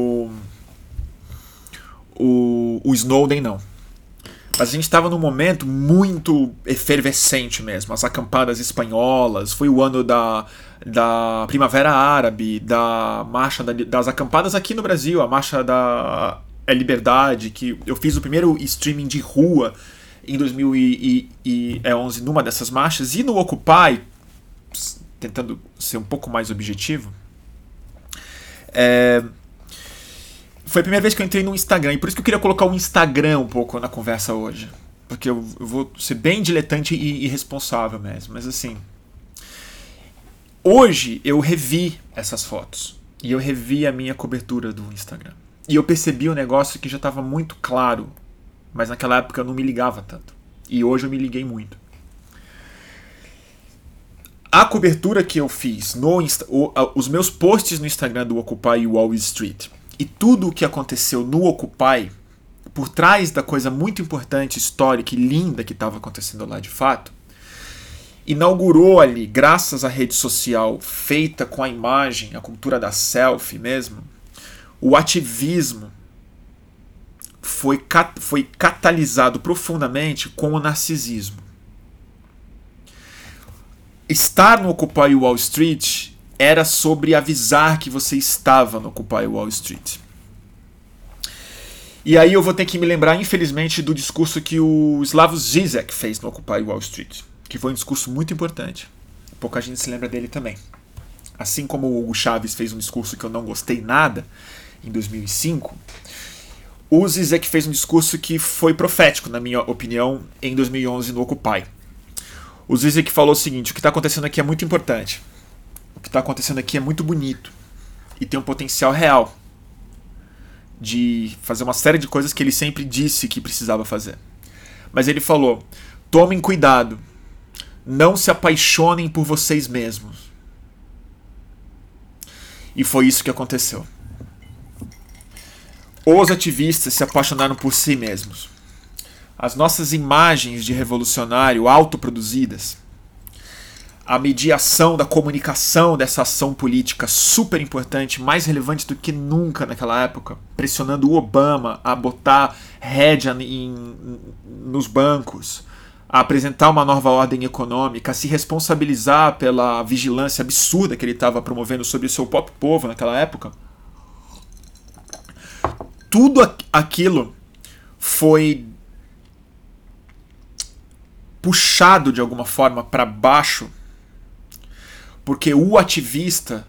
o Snowden não. Mas a gente estava num momento muito efervescente mesmo. As acampadas espanholas, foi o ano da Primavera Árabe, da marcha das acampadas aqui no Brasil, a marcha da Liberdade, que eu fiz o primeiro streaming de rua em 2011 numa dessas marchas, e no Occupy, tentando ser um pouco mais objetivo, foi a primeira vez que eu entrei no Instagram, e por isso que eu queria colocar o Instagram um pouco na conversa hoje. Porque eu vou ser bem diletante e irresponsável mesmo. Mas assim, hoje eu revi essas fotos. E eu revi a minha cobertura do Instagram. E eu percebi um negócio que já estava muito claro. Mas naquela época eu não me ligava tanto. E hoje eu me liguei muito. A cobertura que eu fiz, os meus posts no Instagram do Occupy e Wall Street, e tudo o que aconteceu no Occupy, por trás da coisa muito importante, histórica e linda que estava acontecendo lá de fato, inaugurou ali, graças à rede social feita com a imagem, a cultura da selfie mesmo, o ativismo foi catalisado profundamente com o narcisismo. Estar no Occupy Wall Street era sobre avisar que você estava no Occupy Wall Street. E aí eu vou ter que me lembrar, infelizmente, do discurso que o Slavoj Žižek fez no Occupy Wall Street, que foi um discurso muito importante. Pouca gente se lembra dele também. Assim como o Hugo Chávez fez um discurso que eu não gostei nada em 2005, o Žižek fez um discurso que foi profético, na minha opinião, em 2011 no Occupy. O Žižek falou o seguinte: o que está acontecendo aqui é muito importante. O que está acontecendo aqui é muito bonito e tem um potencial real de fazer uma série de coisas que ele sempre disse que precisava fazer. Mas ele falou: tomem cuidado, não se apaixonem por vocês mesmos. E foi isso que aconteceu. Os ativistas se apaixonaram por si mesmos. As nossas imagens de revolucionário autoproduzidas, a mediação da comunicação dessa ação política super importante, mais relevante do que nunca naquela época, pressionando o Obama a botar rédea nos bancos, a apresentar uma nova ordem econômica, a se responsabilizar pela vigilância absurda que ele estava promovendo sobre o seu próprio povo naquela época. Tudo aquilo foi puxado de alguma forma para baixo, porque o ativista,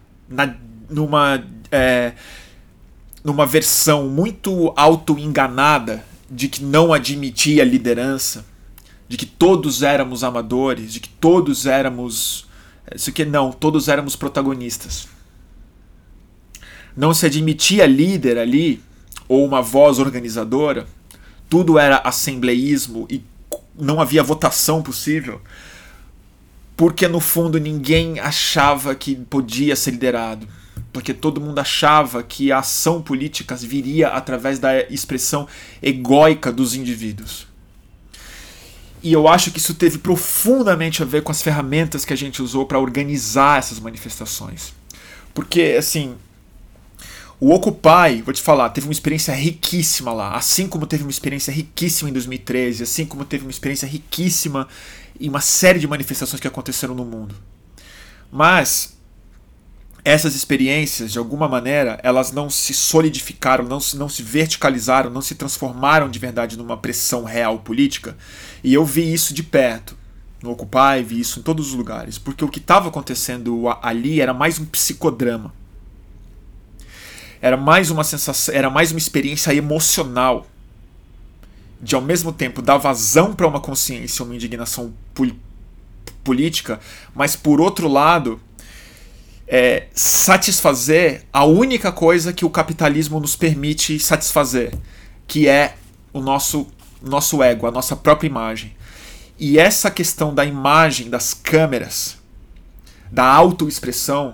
numa versão muito auto-enganada de que não admitia liderança, de que todos éramos amadores, de que todos éramos... todos éramos protagonistas. Não se admitia líder ali, ou uma voz organizadora, tudo era assembleísmo e não havia votação possível, porque no fundo ninguém achava que podia ser liderado, porque todo mundo achava que a ação política viria através da expressão egóica dos indivíduos. E eu acho que isso teve profundamente a ver com as ferramentas que a gente usou para organizar essas manifestações. Porque, assim, o Occupy, vou te falar, teve uma experiência riquíssima lá, assim como teve uma experiência riquíssima em 2013, assim como teve uma experiência riquíssima em uma série de manifestações que aconteceram no mundo. Mas essas experiências, de alguma maneira, elas não se solidificaram, não se verticalizaram, não se transformaram de verdade numa pressão real política. E eu vi isso de perto, no Occupy, vi isso em todos os lugares, porque o que estava acontecendo ali era mais um psicodrama. Era mais uma sensação, era mais uma experiência emocional de, ao mesmo tempo, dar vazão para uma consciência, uma indignação política, mas, por outro lado, satisfazer a única coisa que o capitalismo nos permite satisfazer, que é o nosso ego, a nossa própria imagem. E essa questão da imagem, das câmeras, da autoexpressão,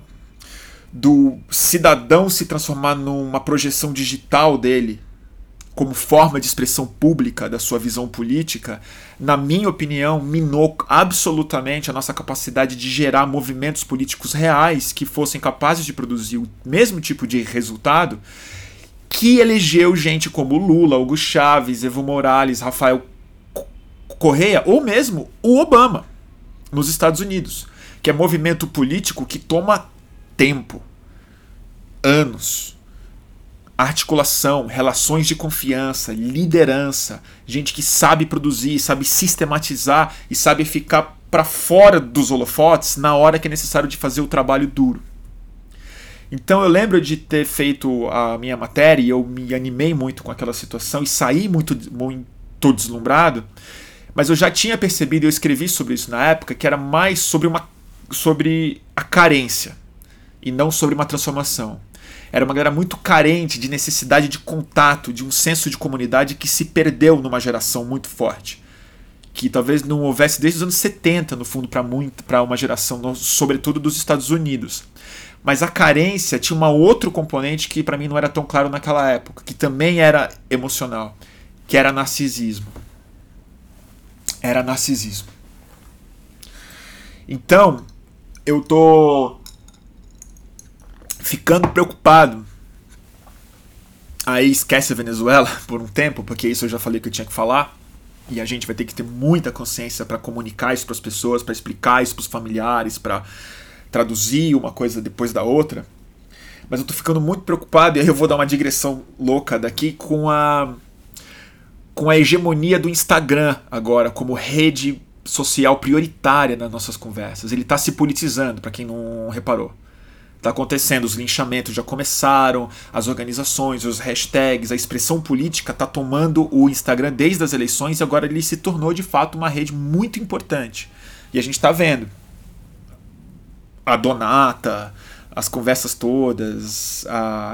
do cidadão se transformar numa projeção digital dele, como forma de expressão pública da sua visão política, na minha opinião, minou absolutamente a nossa capacidade de gerar movimentos políticos reais que fossem capazes de produzir o mesmo tipo de resultado que elegeu gente como Lula, Hugo Chávez, Evo Morales, Rafael Correa ou mesmo o Obama nos Estados Unidos, que é movimento político que toma tempo, anos, articulação, relações de confiança, liderança, gente que sabe produzir, sabe sistematizar e sabe ficar para fora dos holofotes na hora que é necessário de fazer o trabalho duro. Então eu lembro de ter feito a minha matéria e eu me animei muito com aquela situação e saí muito deslumbrado, mas eu já tinha percebido, eu escrevi sobre isso na época, que era mais sobre a carência e não sobre uma transformação. Era uma galera muito carente de necessidade de contato, de um senso de comunidade que se perdeu numa geração muito forte. Que talvez não houvesse desde os anos 70, no fundo, para uma geração, sobretudo dos Estados Unidos. Mas a carência tinha um outro componente que para mim não era tão claro naquela época, que também era emocional, que era narcisismo. Era narcisismo. Então, eu tô ficando preocupado. Aí esquece a Venezuela por um tempo, porque isso eu já falei que eu tinha que falar. E a gente vai ter que ter muita consciência para comunicar isso para as pessoas, para explicar isso para os familiares, para traduzir uma coisa depois da outra. Mas eu tô ficando muito preocupado, e aí eu vou dar uma digressão louca daqui com a hegemonia do Instagram agora como rede social prioritária nas nossas conversas. Ele está se politizando, para quem não reparou. Está acontecendo, os linchamentos já começaram, as organizações, os hashtags, a expressão política está tomando o Instagram desde as eleições e agora ele se tornou de fato uma rede muito importante. E a gente está vendo a Donata, as conversas todas,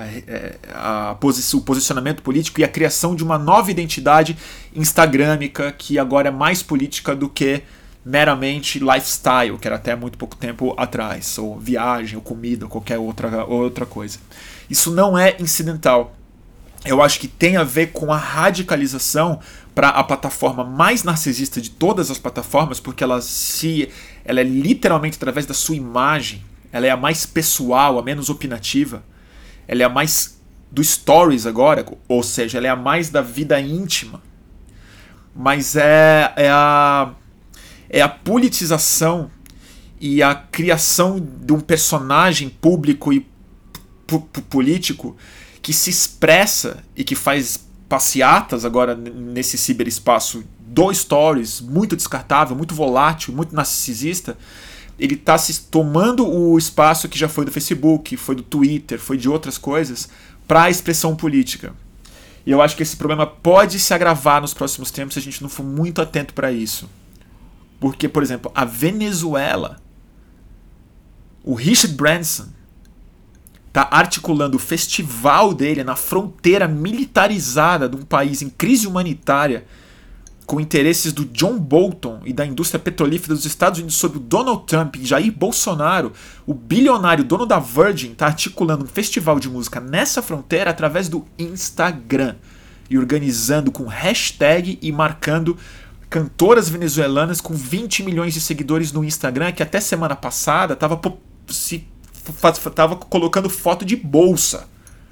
o posicionamento político e a criação de uma nova identidade instagrâmica que agora é mais política do que meramente lifestyle, que era até muito pouco tempo atrás, ou viagem, ou comida, ou qualquer outra coisa. Isso não é incidental. Eu acho que tem a ver com a radicalização para a plataforma mais narcisista de todas as plataformas, porque ela é literalmente através da sua imagem, ela é a mais pessoal, a menos opinativa, ela é a mais do stories agora, ou seja, ela é a mais da vida íntima, mas é a politização e a criação de um personagem público e político que se expressa e que faz passeatas agora nesse ciberespaço do stories, muito descartável, muito volátil, muito narcisista. Ele está se tomando o espaço que já foi do Facebook, foi do Twitter, foi de outras coisas, para a expressão política. E eu acho que esse problema pode se agravar nos próximos tempos se a gente não for muito atento para isso. Porque, por exemplo, a Venezuela, o Richard Branson está articulando o festival dele na fronteira militarizada de um país em crise humanitária com interesses do John Bolton e da indústria petrolífera dos Estados Unidos sob o Donald Trump e Jair Bolsonaro. O bilionário dono da Virgin está articulando um festival de música nessa fronteira através do Instagram e organizando com hashtag e marcando cantoras venezuelanas com 20 milhões de seguidores no Instagram, que até semana passada estava colocando foto de bolsa.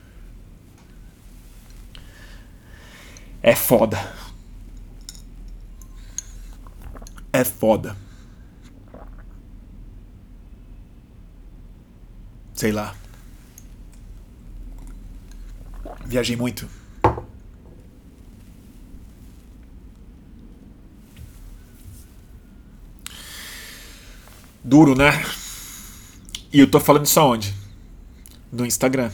É foda. É foda. Sei lá. Viajei muito. Duro, né? E eu tô falando isso aonde? No Instagram.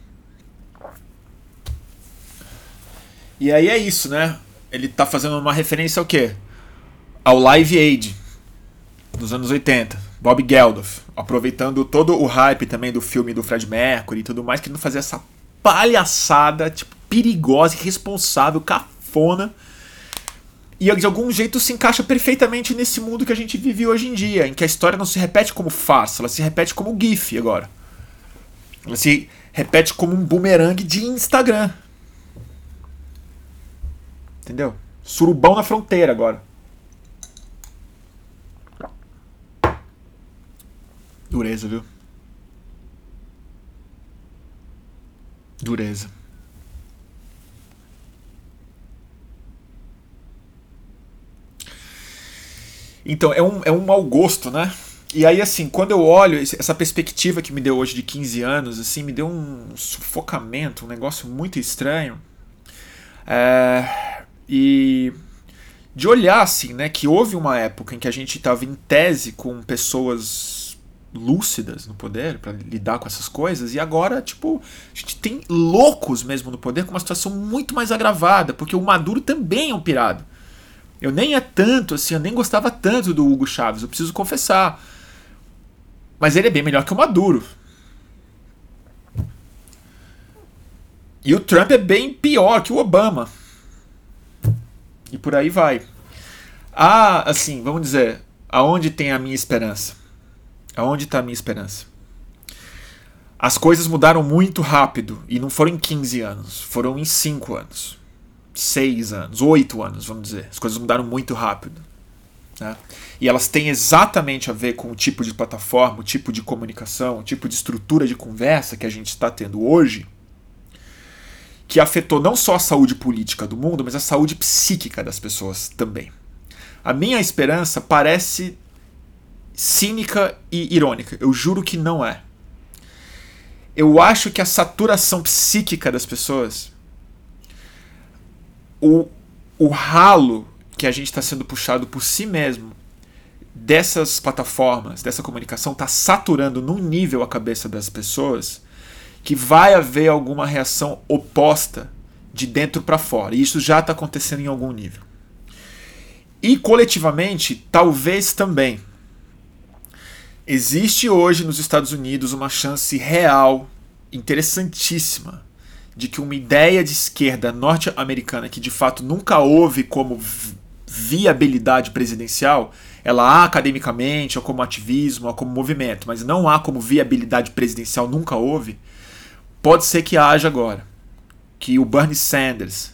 E aí é isso, né? Ele tá fazendo uma referência ao quê? Ao Live Aid dos anos 80, Bob Geldof, aproveitando todo o hype também do filme do Fred Mercury e tudo mais, querendo fazer essa palhaçada tipo, perigosa, irresponsável, cafona, e de algum jeito se encaixa perfeitamente nesse mundo que a gente vive hoje em dia, em que a história não se repete como farsa, ela se repete como GIF agora. Ela se repete como um boomerang de Instagram. entendeu? Surubão na fronteira agora. Dureza, viu? Dureza. Então, é um mau gosto, né? E aí, assim, quando eu olho essa perspectiva que me deu hoje de 15 anos, assim, me deu um sufocamento, um negócio muito estranho. E de olhar, assim, né, que houve uma época em que a gente estava em tese com pessoas lúcidas no poder para lidar com essas coisas, e agora, tipo, a gente tem loucos mesmo no poder com uma situação muito mais agravada, porque o Maduro também é um pirado. Eu nem é tanto, assim, eu nem gostava tanto do Hugo Chávez, eu preciso confessar. Mas ele é bem melhor que o Maduro. E o Trump é bem pior que o Obama. E por aí vai. Ah, assim, vamos dizer, aonde tem a minha esperança? Aonde está a minha esperança? As coisas mudaram muito rápido, e não foram em 15 anos, foram em 5 anos. 6 anos, 8 anos, vamos dizer. As coisas mudaram muito rápido. Né? E elas têm exatamente a ver com o tipo de plataforma, o tipo de comunicação, o tipo de estrutura de conversa que a gente está tendo hoje, que afetou não só a saúde política do mundo, mas a saúde psíquica das pessoas também. A minha esperança parece cínica e irônica. Eu juro que não é. Eu acho que a saturação psíquica das pessoas, o ralo que a gente está sendo puxado por si mesmo dessas plataformas, dessa comunicação, está saturando num nível a cabeça das pessoas que vai haver alguma reação oposta de dentro para fora. E isso já está acontecendo em algum nível. E coletivamente, talvez também. Existe hoje nos Estados Unidos uma chance real, interessantíssima, de que uma ideia de esquerda norte-americana que de fato nunca houve como viabilidade presidencial, ela há academicamente, ou como ativismo, ou como movimento, mas não há como viabilidade presidencial, nunca houve, pode ser que haja agora. Que o Bernie Sanders,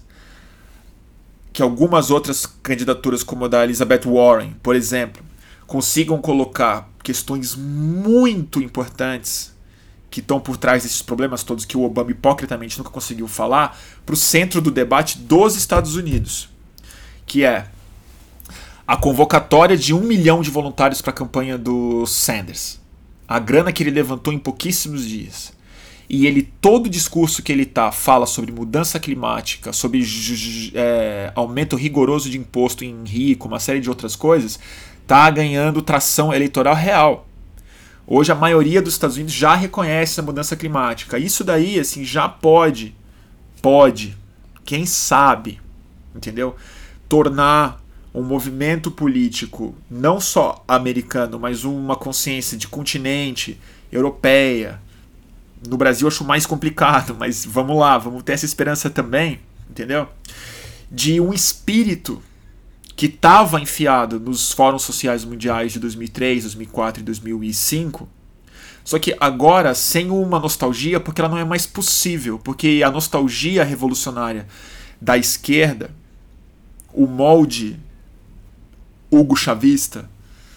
que algumas outras candidaturas como a da Elizabeth Warren, por exemplo, consigam colocar questões muito importantes que estão por trás desses problemas todos que o Obama hipocritamente nunca conseguiu falar, para o centro do debate dos Estados Unidos, que é a convocatória de 1 milhão de voluntários para a campanha do Sanders, a grana que ele levantou em pouquíssimos dias, e ele, todo o discurso que ele fala sobre mudança climática, sobre aumento rigoroso de imposto em rico, uma série de outras coisas, está ganhando tração eleitoral real. Hoje a maioria dos Estados Unidos já reconhece a mudança climática. Isso daí, assim, já pode, quem sabe, entendeu? Tornar um movimento político não só americano, mas uma consciência de continente, europeia. No Brasil eu acho mais complicado, mas vamos lá, vamos ter essa esperança também, entendeu? De um espírito que estava enfiado nos fóruns sociais mundiais de 2003, 2004 e 2005, só que agora sem uma nostalgia, porque ela não é mais possível, porque a nostalgia revolucionária da esquerda, o molde Hugo Chavista,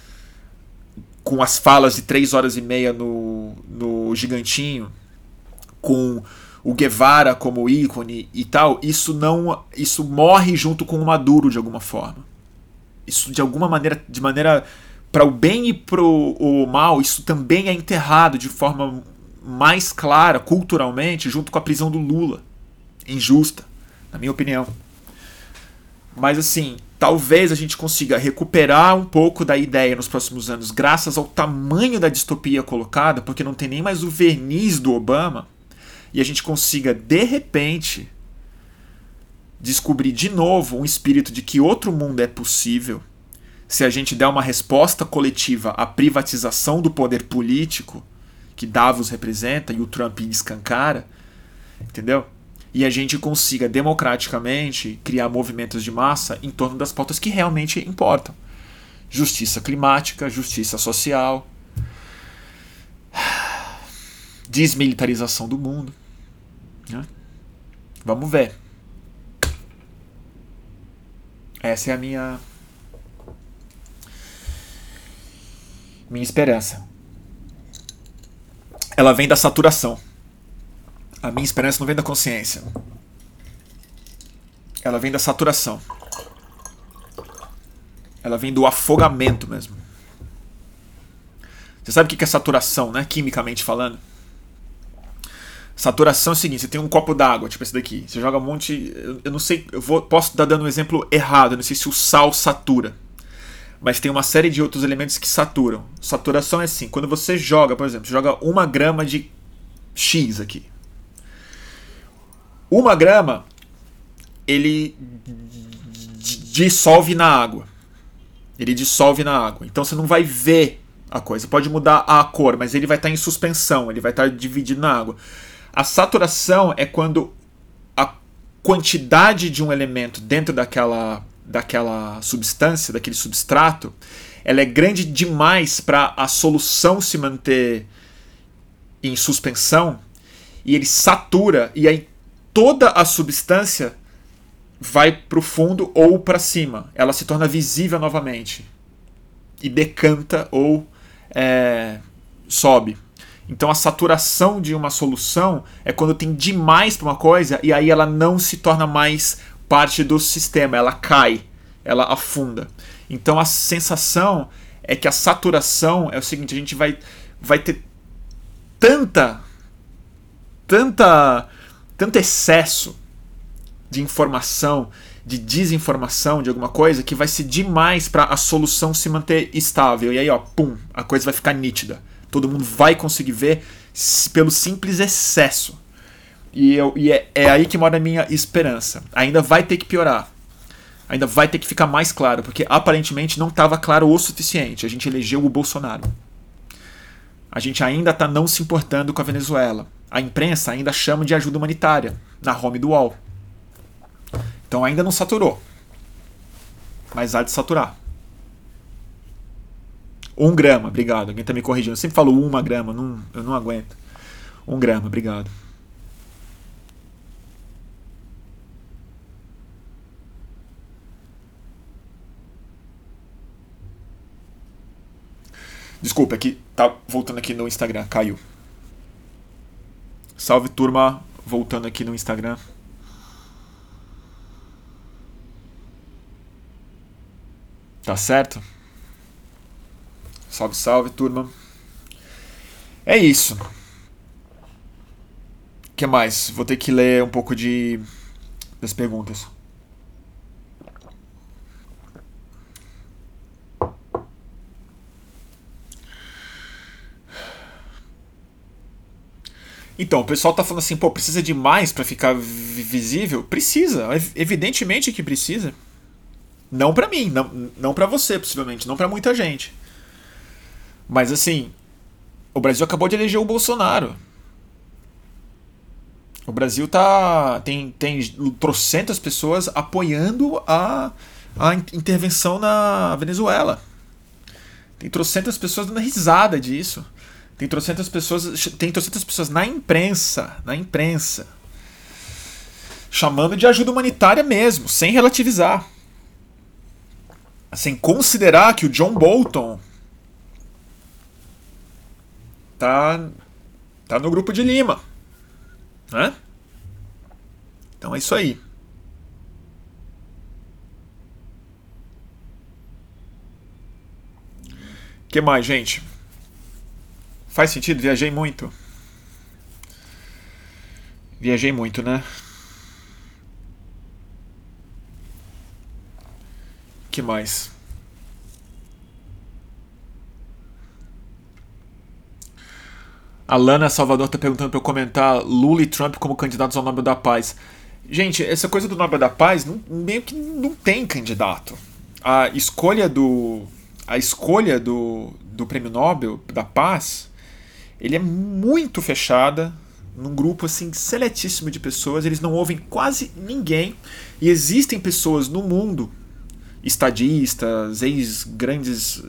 com as falas de 3 horas e meia no Gigantinho, com o Guevara como ícone e tal, isso morre junto com o Maduro de alguma forma. Isso de alguma maneira, de maneira para o bem e para o mal, isso também é enterrado de forma mais clara, culturalmente, junto com a prisão do Lula. Injusta, na minha opinião. Mas assim, talvez a gente consiga recuperar um pouco da ideia nos próximos anos, graças ao tamanho da distopia colocada, porque não tem nem mais o verniz do Obama, e a gente consiga, de repente, descobrir de novo um espírito de que outro mundo é possível se a gente der uma resposta coletiva à privatização do poder político que Davos representa e o Trump escancara, entendeu? E a gente consiga democraticamente criar movimentos de massa em torno das pautas que realmente importam. Justiça climática, justiça social, desmilitarização do mundo. Né? Vamos ver. Essa é a minha esperança. Ela vem da saturação. A minha esperança não vem da consciência. Ela vem da saturação. Ela vem do afogamento mesmo. Você sabe o que é saturação, né? Quimicamente falando. Saturação é o seguinte: você tem um copo d'água, tipo esse daqui. Você joga um monte. Eu não sei, posso estar dando um exemplo errado. Eu não sei se o sal satura. Mas tem uma série de outros elementos que saturam. Saturação é assim: quando você joga, por exemplo, joga 1 grama de X aqui. 1 grama, ele dissolve na água. Ele dissolve na água. Então você não vai ver a coisa. Pode mudar a cor, mas ele vai estar em suspensão. Ele vai estar dividido na água. A saturação é quando a quantidade de um elemento dentro daquela substância, daquele substrato, ela é grande demais para a solução se manter em suspensão, e ele satura, e aí toda a substância vai para o fundo ou para cima. Ela se torna visível novamente e decanta ou sobe. Então a saturação de uma solução é quando tem demais para uma coisa e aí ela não se torna mais parte do sistema, ela cai, ela afunda. Então a sensação é que a saturação é o seguinte: a gente vai ter tanto excesso de informação, de desinformação de alguma coisa, que vai ser demais para a solução se manter estável. E aí, ó, pum, a coisa vai ficar nítida. Todo mundo vai conseguir ver pelo simples excesso. E é aí que mora a minha esperança. Ainda vai ter que piorar. Ainda vai ter que ficar mais claro, porque aparentemente não estava claro o suficiente. A gente elegeu o Bolsonaro. A gente ainda está não se importando com a Venezuela. A imprensa ainda chama de ajuda humanitária na home do UOL. Então ainda não saturou. Mas há de saturar. 1 grama, obrigado. Alguém está me corrigindo. Eu sempre falo 1 grama, eu não aguento. 1 grama, obrigado. Desculpa, é que tá voltando aqui no Instagram, caiu. Salve, turma, voltando aqui no Instagram. Tá certo? Salve, salve, turma. É isso. O que mais? Vou ter que ler um pouco das perguntas. Então, o pessoal tá falando assim, pô, precisa de mais pra ficar visível? Precisa, evidentemente que precisa. Não pra mim, não pra você, possivelmente, não pra muita gente. Mas assim, o Brasil acabou de eleger o Bolsonaro. O Brasil tem trocentas pessoas apoiando a intervenção na Venezuela. Tem trocentas pessoas dando risada disso. Tem trocentas pessoas na imprensa chamando de ajuda humanitária mesmo, sem relativizar. Sem considerar que o John Bolton tá no grupo de Lima, né? Então é isso aí. O que mais, gente? Faz sentido? Viajei muito. Viajei muito, né? O que mais? A Lana Salvador tá perguntando pra eu comentar Lula e Trump como candidatos ao Nobel da Paz. Gente, essa coisa do Nobel da Paz meio que não tem candidato. A escolha do Prêmio Nobel da Paz, ele é muito fechada num grupo assim seletíssimo de pessoas. Eles não ouvem quase ninguém. E existem pessoas no mundo, estadistas, ex-grandes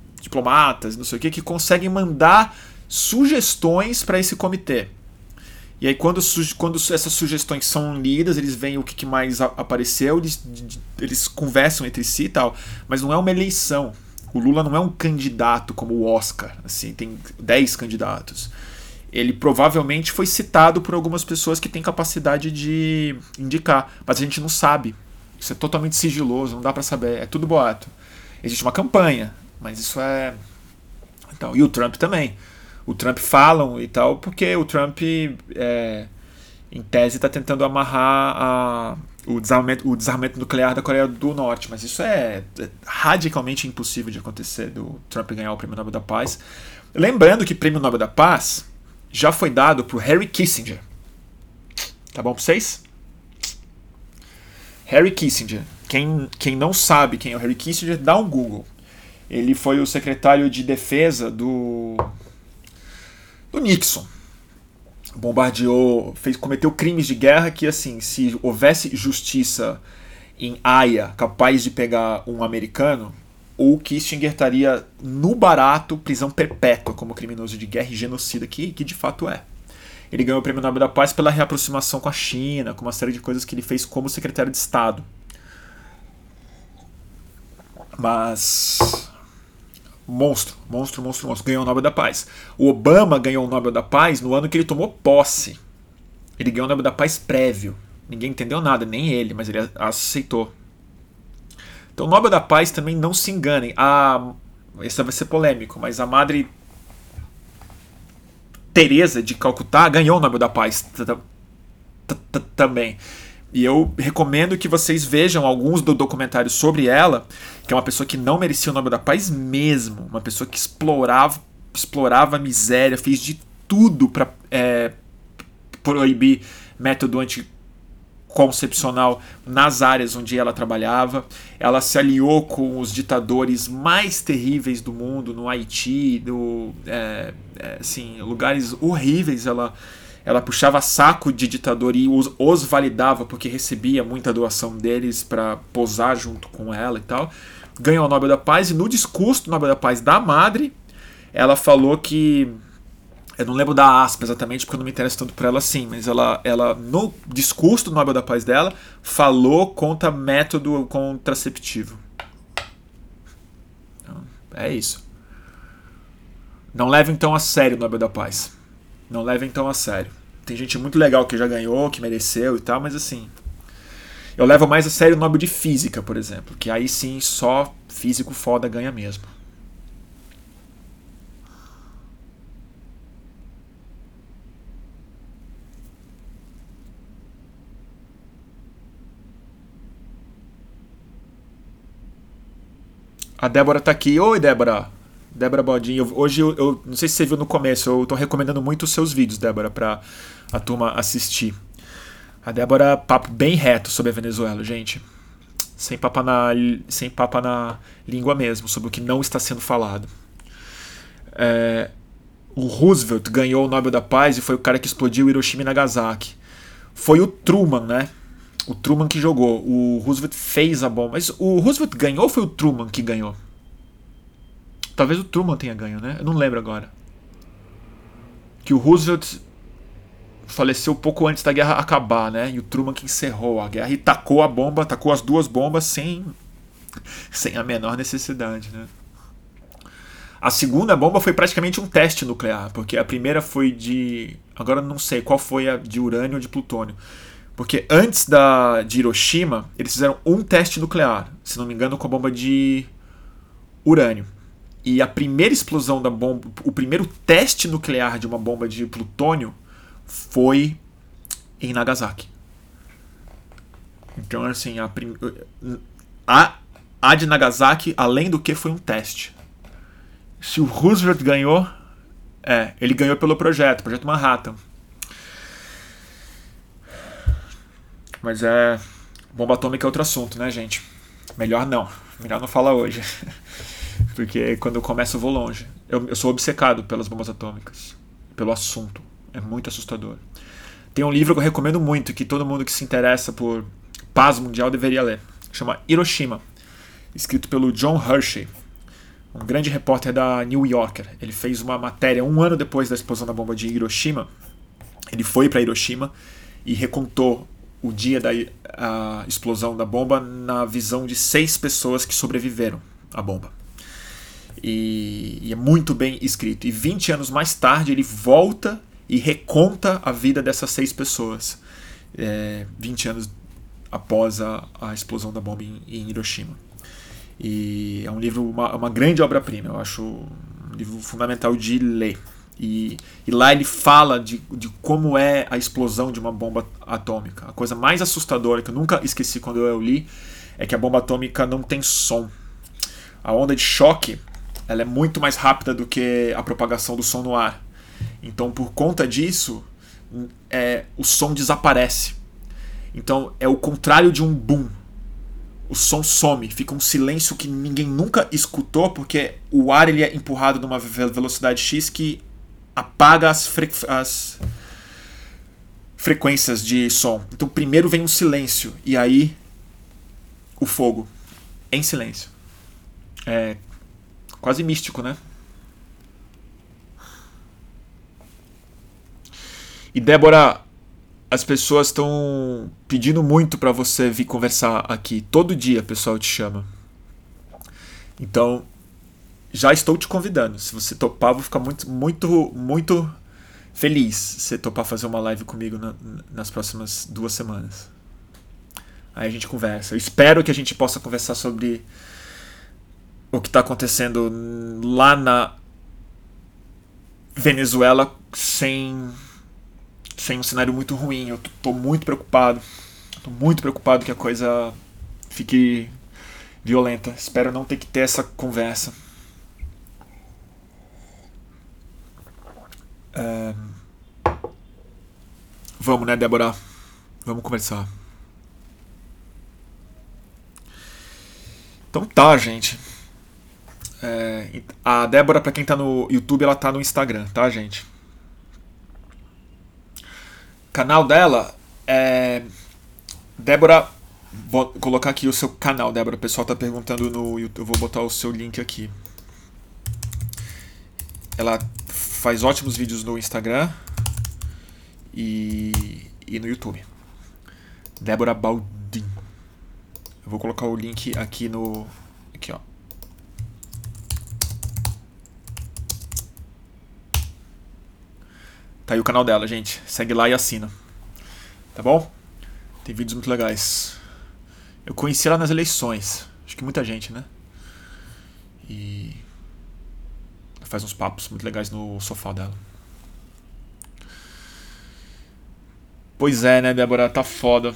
diplomatas, não sei o que conseguem mandar sugestões para esse comitê. E aí quando essas sugestões são lidas, eles veem o que mais apareceu, eles conversam entre si e tal. Mas não é uma eleição. O Lula não é um candidato como o Oscar, assim, tem 10 candidatos. Ele provavelmente foi citado por algumas pessoas que têm capacidade de indicar, mas a gente não sabe. Isso é totalmente sigiloso, não dá pra saber, é tudo boato. Existe uma campanha, mas isso é... Então, e o Trump também. O Trump falam e tal, porque o Trump, em tese, está tentando amarrar o desarmamento nuclear da Coreia do Norte, mas isso é radicalmente impossível de acontecer, do Trump ganhar o Prêmio Nobel da Paz. Lembrando que o Prêmio Nobel da Paz já foi dado por Henry Kissinger. Tá bom pra vocês? Henry Kissinger. Quem não sabe quem é o Henry Kissinger, dá um Google. Ele foi o secretário de defesa do Nixon. Bombardeou, cometeu crimes de guerra que, assim, se houvesse justiça em Haia capaz de pegar um americano, o Kissinger estaria no barato prisão perpétua como criminoso de guerra e genocida, que de fato é. Ele ganhou o Prêmio Nobel da Paz pela reaproximação com a China, com uma série de coisas que ele fez como secretário de Estado. Mas... Monstro. Ganhou o Nobel da Paz. O Obama ganhou o Nobel da Paz no ano que ele tomou posse. Ele ganhou o Nobel da Paz prévio. Ninguém entendeu nada, nem ele, mas ele aceitou. Então o Nobel da Paz também, não se enganem. Esse vai ser polêmico, mas a Madre Teresa de Calcutá ganhou o Nobel da Paz também. E eu recomendo que vocês vejam alguns documentários sobre ela, que é uma pessoa que não merecia o Nobel da Paz mesmo. Uma pessoa que explorava a miséria, fez de tudo para proibir método anticoncepcional nas áreas onde ela trabalhava. Ela se aliou com os ditadores mais terríveis do mundo, no Haiti, assim, lugares horríveis. Ela puxava saco de ditador e os validava porque recebia muita doação deles para posar junto com ela e tal. Ganhou o Nobel da Paz, e no discurso do Nobel da Paz da Madre, ela falou que... Eu não lembro da aspa exatamente porque eu não me interesso tanto por ela assim, mas ela no discurso do Nobel da Paz dela falou contra método contraceptivo. Então, é isso. Não leve então a sério o Nobel da Paz. Não leve então a sério. Tem gente muito legal que já ganhou, que mereceu e tal, mas assim... Eu levo mais a sério o Nobel de Física, por exemplo, que aí sim só físico foda ganha mesmo. A Débora tá aqui. Oi, Débora. Débora Baldinho. Hoje eu não sei se você viu no começo, eu tô recomendando muito os seus vídeos, Débora, pra a turma assistir. A Débora, papo bem reto sobre a Venezuela, gente. Sem papa na língua mesmo, sobre o que não está sendo falado. O Roosevelt ganhou o Nobel da Paz e foi o cara que explodiu Hiroshima e Nagasaki. Foi o Truman, né? O Truman que jogou. O Roosevelt fez a bomba. Mas o Roosevelt ganhou ou foi o Truman que ganhou? Talvez o Truman tenha ganho, né? Eu não lembro agora. Que o Roosevelt faleceu pouco antes da guerra acabar, né? E o Truman que encerrou a guerra e tacou a bomba, tacou as duas bombas sem a menor necessidade, né? A segunda bomba foi praticamente um teste nuclear, porque a primeira foi de... Agora não sei qual foi a de urânio ou de plutônio. Porque antes de Hiroshima, eles fizeram um teste nuclear, se não me engano, com a bomba de urânio. E a primeira explosão da bomba, o primeiro teste nuclear de uma bomba de plutônio foi em Nagasaki. Então, assim, a de Nagasaki, além do que, foi um teste. Se o Roosevelt ganhou, ele ganhou pelo projeto Manhattan. Mas bomba atômica é outro assunto, né, gente? Melhor não falar hoje. Porque quando eu começo eu vou longe. Eu sou obcecado pelas bombas atômicas, pelo assunto. É muito assustador. Tem um livro que eu recomendo muito, que todo mundo que se interessa por paz mundial deveria ler. Chama Hiroshima, escrito pelo John Hershey, um grande repórter da New Yorker. Ele fez uma matéria 1 ano depois da explosão da bomba de Hiroshima, Ele foi para Hiroshima e recontou o dia da a explosão da bomba na visão de 6 pessoas que sobreviveram à bomba. E é muito bem escrito. E 20 anos mais tarde ele volta e reconta a vida dessas 6 pessoas. 20 anos após a explosão da bomba em Hiroshima. E é um livro, uma grande obra-prima. Eu acho um livro fundamental de ler. E lá ele fala de como é a explosão de uma bomba atômica. A coisa mais assustadora que eu nunca esqueci quando eu li é que a bomba atômica não tem som. A onda de choque ela é muito mais rápida do que a propagação do som no ar. Então, por conta disso, o som desaparece. Então, é o contrário de um boom. O som some, fica um silêncio que ninguém nunca escutou, porque o ar ele é empurrado numa velocidade X que apaga as frequências de som. Então primeiro vem um silêncio e aí o fogo em silêncio. É quase místico, né? E Débora, as pessoas estão pedindo muito para você vir conversar aqui. Todo dia o pessoal te chama. Então já estou te convidando. Se você topar, vou ficar muito, muito, muito feliz se você topar fazer uma live comigo nas próximas 2 semanas. Aí a gente conversa. Eu espero que a gente possa conversar sobre o que está acontecendo lá na Venezuela sem um cenário muito ruim. Eu estou muito preocupado. Estou muito preocupado que a coisa fique violenta. Espero não ter que ter essa conversa. Vamos, né, Débora? Vamos conversar. Então tá, gente. A Débora, pra quem tá no YouTube, ela tá no Instagram, tá, gente? O canal dela é Débora. Vou colocar aqui o seu canal, Débora. O pessoal tá perguntando no YouTube. Eu vou botar o seu link aqui. Ela faz ótimos vídeos no Instagram e no YouTube. Débora Baldin. Eu vou colocar o link aqui no... Aqui, ó. Tá aí o canal dela, gente. Segue lá e assina. Tá bom? Tem vídeos muito legais. Eu conheci ela nas eleições. Acho que muita gente, né? E... faz uns papos muito legais no sofá dela. Pois é, né, Débora? Tá foda.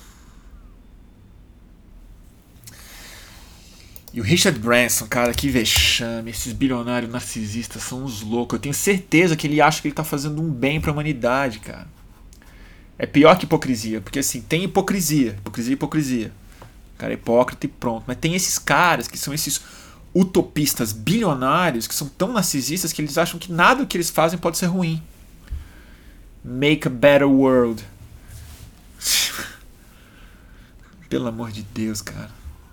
E o Richard Branson, cara, que vexame. Esses bilionários narcisistas são uns loucos. Eu tenho certeza que ele acha que ele tá fazendo um bem pra humanidade, cara. É pior que hipocrisia. Porque assim, tem hipocrisia. Hipocrisia. O cara é hipócrita e pronto. Mas tem esses caras que são esses utopistas bilionários que são tão narcisistas que eles acham que nada que eles fazem pode ser ruim. Make a better world. Pelo amor de Deus, cara.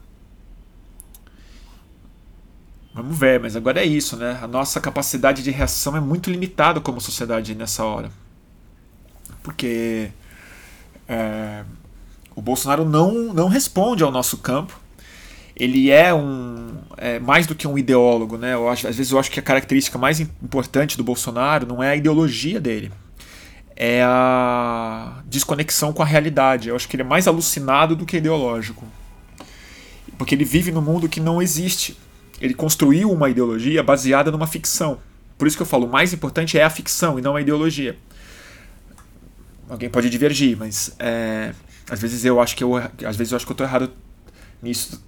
Vamos ver, mas agora é isso, né? A nossa capacidade de reação é muito limitada como sociedade nessa hora. Porque o Bolsonaro não responde ao nosso campo. Ele é mais do que um ideólogo, né? Às vezes eu acho que a característica mais importante do Bolsonaro não é a ideologia dele, é a desconexão com a realidade. Eu acho que ele é mais alucinado do que ideológico, porque ele vive num mundo que não existe. Ele construiu uma ideologia baseada numa ficção. Por isso que eu falo, o mais importante é a ficção e não a ideologia. Alguém pode divergir, mas às vezes eu acho que eu estou errado nisso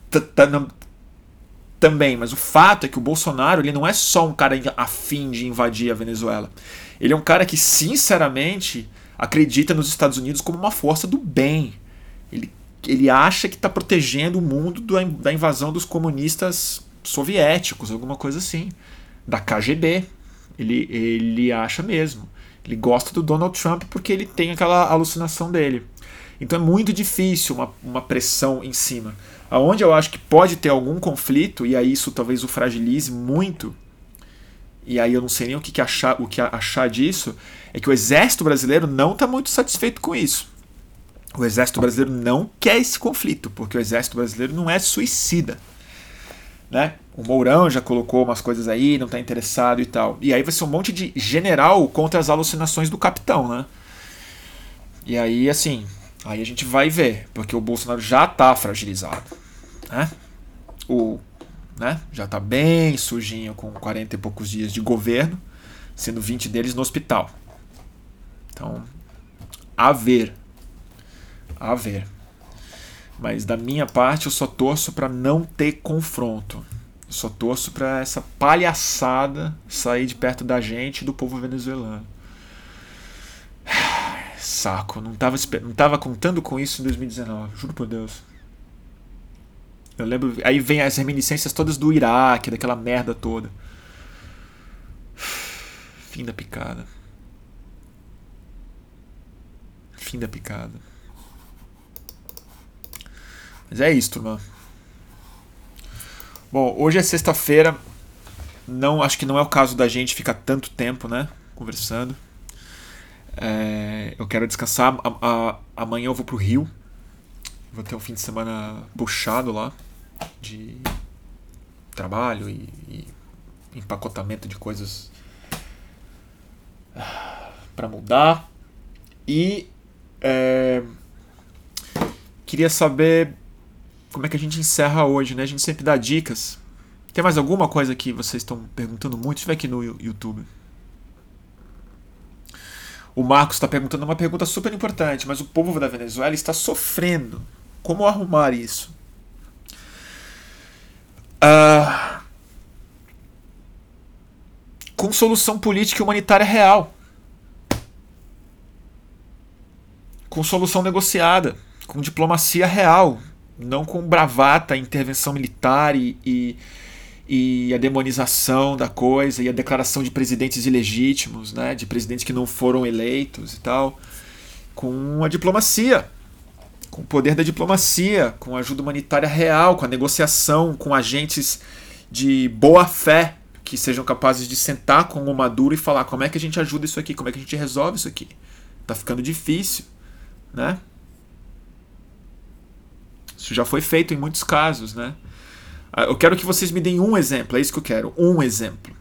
também, mas o fato é que o Bolsonaro ele não é só um cara afim de invadir a Venezuela. Ele é um cara que sinceramente acredita nos Estados Unidos como uma força do bem. Ele acha que está protegendo o mundo da invasão dos comunistas soviéticos, alguma coisa assim, da KGB. Ele acha mesmo. Ele gosta do Donald Trump porque ele tem aquela alucinação dele. Então é muito difícil uma pressão em cima. Aonde eu acho que pode ter algum conflito, e aí isso talvez o fragilize muito, e aí eu não sei nem o que achar disso, é que o exército brasileiro não está muito satisfeito com isso. O exército brasileiro não quer esse conflito, porque o exército brasileiro não é suicida. Né? O Mourão já colocou umas coisas aí, não está interessado e tal. E aí vai ser um monte de general contra as alucinações do capitão, né? E aí, assim, aí a gente vai ver, porque o Bolsonaro já está fragilizado, né? Né? Já está bem sujinho com 40 e poucos dias de governo, sendo 20 deles no hospital. Então, a ver. A ver. Mas da minha parte eu só torço para não ter confronto. Eu só torço para essa palhaçada sair de perto da gente e do povo venezuelano. Saco, não tava contando com isso em 2019, juro por Deus. Eu lembro, aí vem as reminiscências todas do Iraque, daquela merda toda. Fim da picada. Fim da picada. Mas é isso, turma. Bom, hoje é sexta-feira. Não, acho que não é o caso da gente ficar tanto tempo, né, conversando. Eu quero descansar. Amanhã eu vou pro Rio. Vou ter um fim de semana puxado lá de trabalho e empacotamento de coisas para mudar. E queria saber como é que a gente encerra hoje, né? A gente sempre dá dicas. Tem mais alguma coisa que vocês estão perguntando muito? Deixa eu ver aqui no YouTube. O Marcos está perguntando uma pergunta super importante, mas o povo da Venezuela está sofrendo. Como arrumar isso? Com solução política e humanitária real. Com solução negociada. Com diplomacia real. Não com bravata, intervenção militar e a demonização da coisa e a declaração de presidentes ilegítimos, né, de presidentes que não foram eleitos e tal, com a diplomacia, com o poder da diplomacia, com a ajuda humanitária real, com a negociação, com agentes de boa fé que sejam capazes de sentar com o Maduro e falar como é que a gente ajuda isso aqui, como é que a gente resolve isso aqui. Tá ficando difícil, né? Isso já foi feito em muitos casos, né? Eu quero que vocês me deem um exemplo, é isso que eu quero. Um exemplo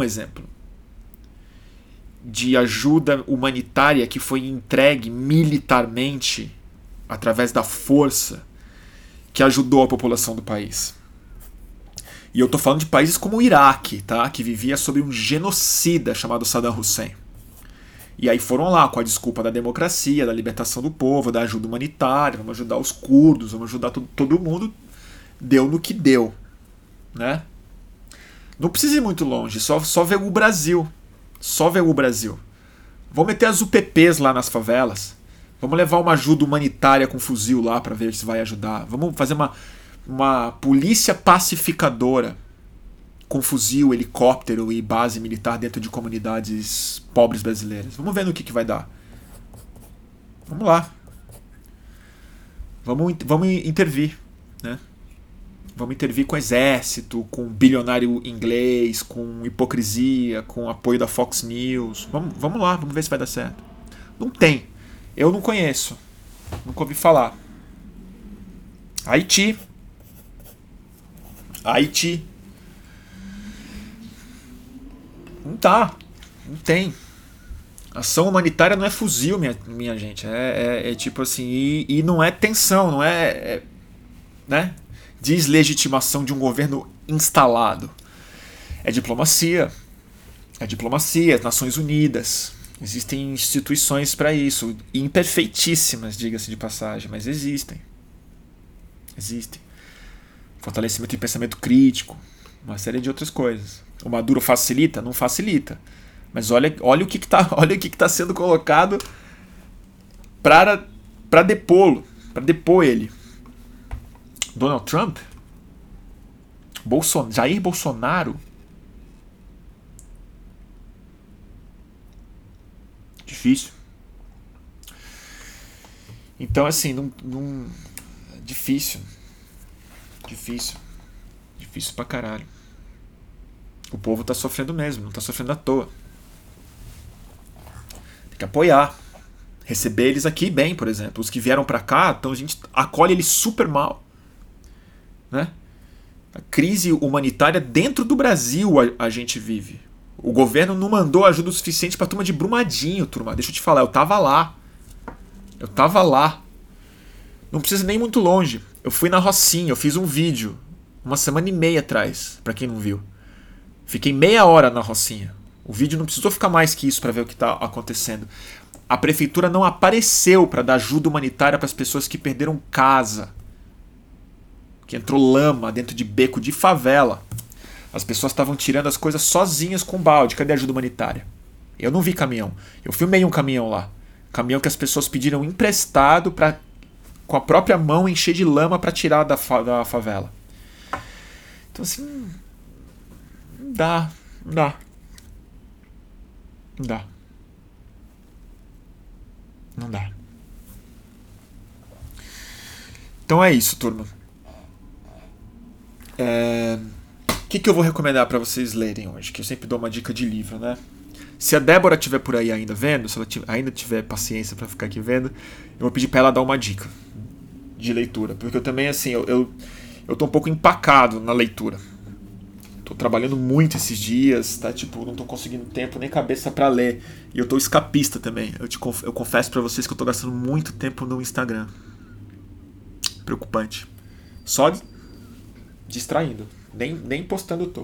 de ajuda humanitária que foi entregue militarmente através da força que ajudou a população do país. E eu tô falando de países como o Iraque, tá? Que vivia sob um genocida chamado Saddam Hussein. E aí foram lá com a desculpa da democracia, da libertação do povo, da ajuda humanitária, vamos ajudar os curdos, vamos ajudar todo mundo. Deu no que deu, né? Não precisa ir muito longe, só ver o Brasil. Só ver o Brasil. Vamos meter as UPPs lá nas favelas. Vamos levar uma ajuda humanitária com fuzil lá para ver se vai ajudar. Vamos fazer uma polícia pacificadora com fuzil, helicóptero e base militar dentro de comunidades pobres brasileiras. Vamos ver no que vai dar. Vamos lá. Vamos intervir, né? Vamos intervir com exército, com bilionário inglês, com hipocrisia, com apoio da Fox News. Vamos lá, vamos ver se vai dar certo. Não tem. Eu não conheço. Nunca ouvi falar. Haiti. Não tá. Não tem. Ação humanitária não é fuzil, minha gente. É tipo assim. E não é tensão, não é né? Deslegitimação de um governo instalado. É diplomacia. É diplomacia, as Nações Unidas. Existem instituições para isso. Imperfeitíssimas, diga-se de passagem, mas existem. Existem. Fortalecimento de pensamento crítico. Uma série de outras coisas. O Maduro facilita? Não facilita. Mas olha o que está sendo colocado para depô-lo. Para depor ele. Donald Trump? Jair Bolsonaro? Difícil. Então, assim, difícil. Difícil pra caralho. O povo tá sofrendo mesmo, não tá sofrendo à toa. Tem que apoiar. Receber eles aqui bem, por exemplo. Os que vieram para cá, então a gente acolhe eles super mal. Né? A crise humanitária dentro do Brasil a gente vive. O governo não mandou ajuda o suficiente pra turma de Brumadinho, turma. Deixa eu te falar, eu tava lá. Eu tava lá. Não precisa nem muito longe. Eu fui na Rocinha, eu fiz um vídeo 1 semana e meia atrás, pra quem não viu. Fiquei meia hora na Rocinha. O vídeo não precisou ficar mais que isso pra ver o que tá acontecendo. A prefeitura não apareceu pra dar ajuda humanitária para as pessoas que perderam casa. Que entrou lama dentro de beco de favela. As pessoas estavam tirando as coisas sozinhas com balde. Cadê a ajuda humanitária? Eu não vi caminhão. Eu filmei um caminhão lá. Caminhão que as pessoas pediram emprestado para com a própria mão encher de lama para tirar da favela. Então assim, não dá. Então é isso, turma. O que eu vou recomendar para vocês lerem hoje? Que eu sempre dou uma dica de livro, né? Se a Débora estiver por aí ainda vendo, se ela ainda tiver paciência para ficar aqui vendo, eu vou pedir para ela dar uma dica de leitura. Porque eu também, assim, eu tô um pouco empacado na leitura. Tô trabalhando muito esses dias, tá? Tipo, não tô conseguindo tempo nem cabeça para ler. E eu tô escapista também. Eu confesso para vocês que eu tô gastando muito tempo no Instagram. Preocupante. Só distraindo. Nem postando eu tô.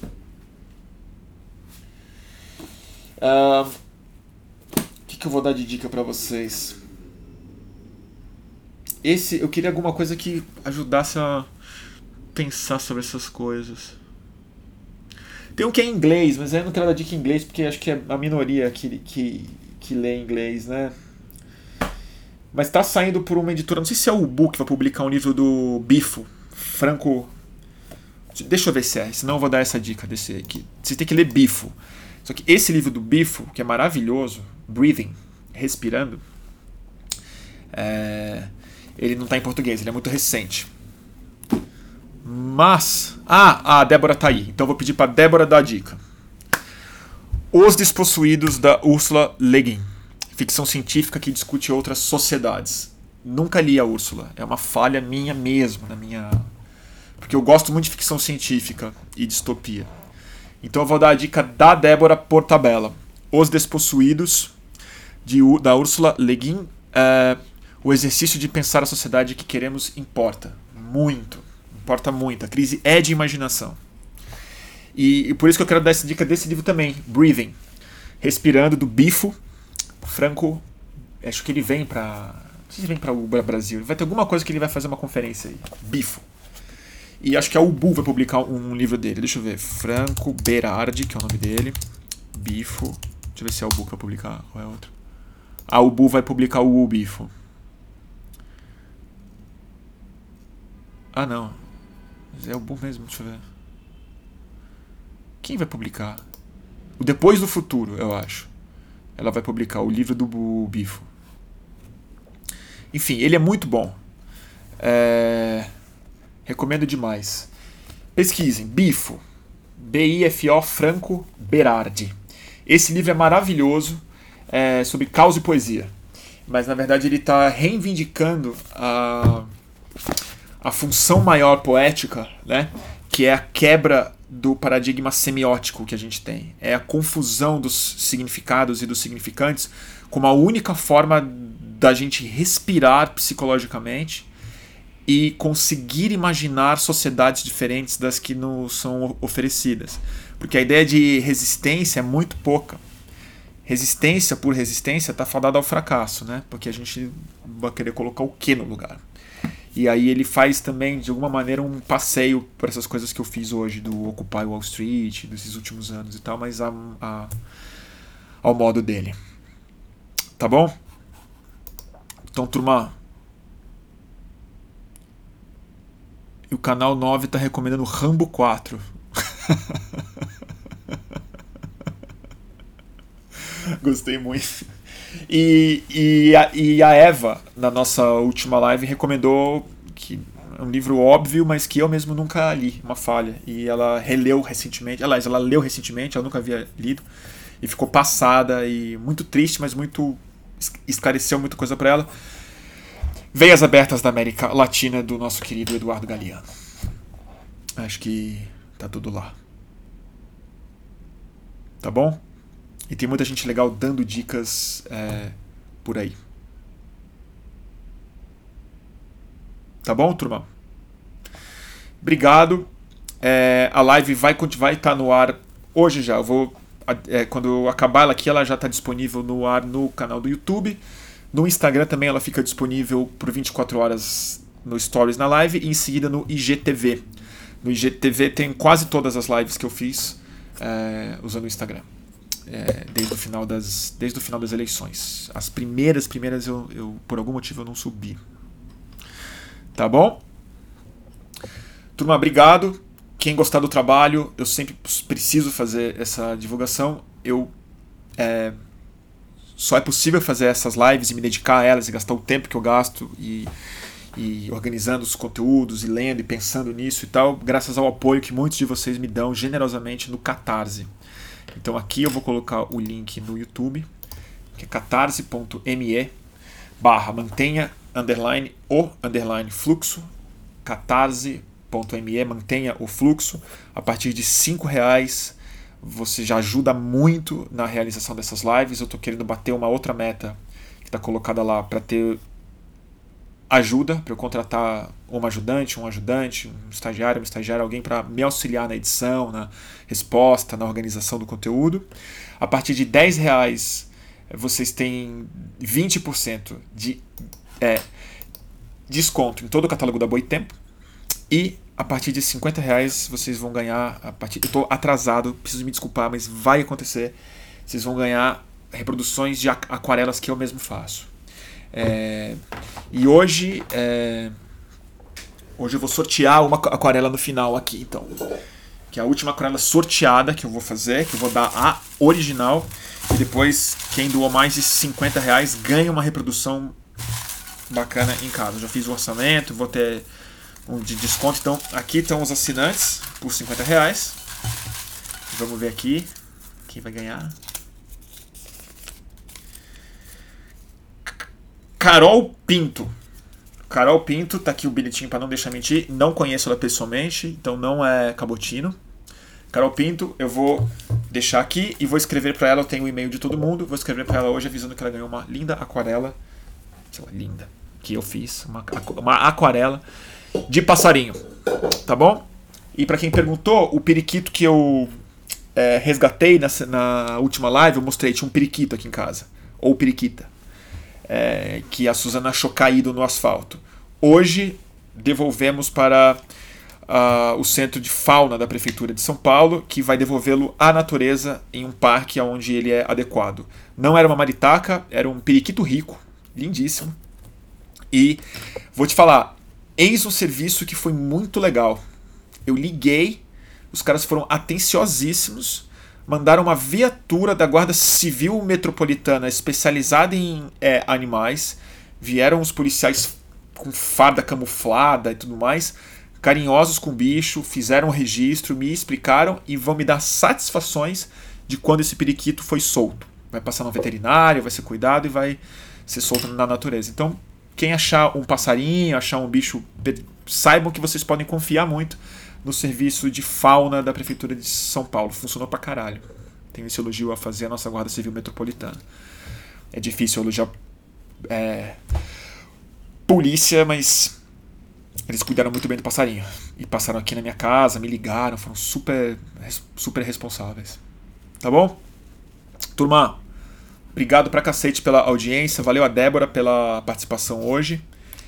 O que eu vou dar de dica pra vocês? Eu queria alguma coisa que ajudasse a pensar sobre essas coisas. Tem um que é em inglês, mas eu não quero dar dica em inglês porque acho que é a minoria que lê inglês, né? Mas tá saindo por uma editora, não sei se é o Ubu que vai publicar um livro do Bifo, Franco. Deixa eu ver se é, senão eu vou dar essa dica desse aqui. Você tem que ler Bifo. Só que esse livro do Bifo, que é maravilhoso, Breathing, Respirando, ele não está em português, ele é muito recente. Mas... a Débora tá aí, então eu vou pedir para Débora dar a dica. Os Despossuídos, da Ursula Le Guin. Ficção científica que discute outras sociedades. Nunca li a Úrsula, é uma falha minha mesmo, porque eu gosto muito de ficção científica e distopia. Então eu vou dar a dica da Débora por tabela. Os Despossuídos, da Ursula Le Guin. O exercício de pensar a sociedade que queremos importa muito. Importa muito. A crise é de imaginação. E por isso que eu quero dar essa dica desse livro também. Breathing. Respirando, do Bifo. Franco. Acho que ele vem pra... Não sei se vem para o Brasil. Vai ter alguma coisa que ele vai fazer uma conferência aí. Bifo. E acho que a Ubu vai publicar um livro dele. Deixa eu ver. Franco Berardi, que é o nome dele. Bifo. Deixa eu ver se é a Ubu que vai publicar ou é outro. A Ubu vai publicar o Bifo. Não. Mas é o Ubu mesmo, deixa eu ver. Quem vai publicar? O Depois do Futuro, eu acho. Ela vai publicar o livro do Bifo. Enfim, ele é muito bom. Recomendo demais. Pesquisem. Bifo. B-I-F-O Franco Berardi. Esse livro é maravilhoso. Sobre caos e poesia. Mas na verdade ele está reivindicando a função maior poética, né? Que é a quebra do paradigma semiótico que a gente tem. É a confusão dos significados e dos significantes como a única forma da gente respirar psicologicamente e conseguir imaginar sociedades diferentes das que nos são oferecidas. Porque a ideia de resistência é muito pouca. Resistência por resistência está fadada ao fracasso, né? Porque a gente vai querer colocar o que no lugar. E aí ele faz também, de alguma maneira, um passeio por essas coisas que eu fiz hoje, do Occupy Wall Street, desses últimos anos e tal, mas ao modo dele. Tá bom? Então, turma, o canal 9 tá recomendando Rambo 4. Gostei muito. E a Eva, na nossa última live, recomendou, que é um livro óbvio, mas que eu mesmo nunca li, uma falha. E ela releu recentemente, aliás, ela leu recentemente, ela nunca havia lido, e ficou passada e muito triste, mas muito esclareceu muita coisa para ela. Veias Abertas da América Latina, do nosso querido Eduardo Galeano. Acho que tá tudo lá. Tá bom? E tem muita gente legal dando dicas por aí. Tá bom, turma? Obrigado. A live vai estar no ar hoje já. Eu vou, quando eu acabar ela aqui, ela já está disponível no ar no canal do YouTube. No Instagram também ela fica disponível por 24 horas no Stories na live e em seguida no IGTV. No IGTV tem quase todas as lives que eu fiz usando o Instagram. Desde o final das eleições. As primeiras eu por algum motivo eu não subi. Tá bom? Turma, obrigado. Quem gostar do trabalho, eu sempre preciso fazer essa divulgação. Só é possível fazer essas lives e me dedicar a elas e gastar o tempo que eu gasto e organizando os conteúdos e lendo e pensando nisso e tal, graças ao apoio que muitos de vocês me dão generosamente no Catarse. Então aqui eu vou colocar o link no YouTube, que é catarse.me/mantenha_o_fluxo, catarse.me, mantenha o fluxo. A partir de R$5 você já ajuda muito na realização dessas lives. Eu estou querendo bater uma outra meta que está colocada lá para ter ajuda, para eu contratar um ajudante, um estagiário, alguém para me auxiliar na edição, na resposta, na organização do conteúdo. A partir de R$10 vocês têm 20% de desconto em todo o catálogo da Boitempo. E a partir de R$50 vocês vão ganhar, eu estou atrasado, preciso me desculpar, mas vai acontecer. Vocês vão ganhar reproduções de aquarelas que eu mesmo faço. E hoje eu vou sortear uma aquarela no final aqui, então, que é a última aquarela sorteada que eu vou fazer, que eu vou dar a original, e depois quem doou mais de R$50 ganha uma reprodução bacana em casa. Eu já fiz o orçamento, vou ter um de desconto. Então aqui estão os assinantes por R$50. Vamos ver aqui quem vai ganhar. Carol Pinto, tá aqui o bilhetinho para não deixar mentir. Não conheço ela pessoalmente, então não é cabotino. Carol Pinto, eu vou deixar aqui e vou escrever para ela. Eu tenho o e-mail de todo mundo. Vou escrever para ela hoje avisando que ela ganhou uma linda aquarela, linda, que eu fiz, uma aquarela de passarinho, tá bom? E para quem perguntou, o periquito que eu resgatei na última live, eu mostrei, tinha um periquito aqui em casa, ou periquita. Que a Suzana achou caído no asfalto. Hoje devolvemos para o Centro de Fauna da Prefeitura de São Paulo, que vai devolvê-lo à natureza em um parque onde ele é adequado. Não era uma maritaca, era um periquito rico, lindíssimo. E vou te falar, eis um serviço que foi muito legal. Eu liguei, os caras foram atenciosíssimos, mandaram uma viatura da Guarda Civil Metropolitana especializada em animais. Vieram os policiais com farda camuflada e tudo mais, carinhosos com o bicho, fizeram o registro, me explicaram e vão me dar satisfações de quando esse periquito foi solto. Vai passar no veterinário, vai ser cuidado e vai ser solto na natureza. Então, quem achar um passarinho, achar um bicho, saibam que vocês podem confiar muito no serviço de fauna da Prefeitura de São Paulo. Funcionou pra caralho. Tenho esse elogio a fazer à nossa Guarda Civil Metropolitana. É difícil elogiar polícia, mas eles cuidaram muito bem do passarinho. E passaram aqui na minha casa, me ligaram, foram super responsáveis. Tá bom? Turma, obrigado pra cacete pela audiência. Valeu a Débora pela participação hoje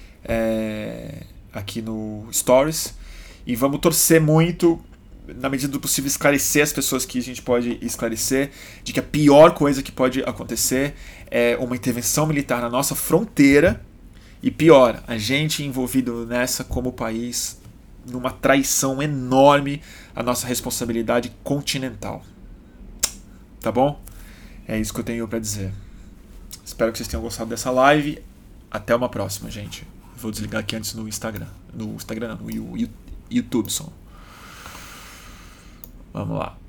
aqui no Stories. E vamos torcer muito, na medida do possível, esclarecer as pessoas que a gente pode esclarecer, de que a pior coisa que pode acontecer é uma intervenção militar na nossa fronteira. E pior, a gente envolvido nessa como país, numa traição enorme à nossa responsabilidade continental. Tá bom? É isso que eu tenho para dizer. Espero que vocês tenham gostado dessa live. Até uma próxima, gente. Vou desligar aqui antes no Instagram. No Instagram não, no YouTube só. Vamos lá.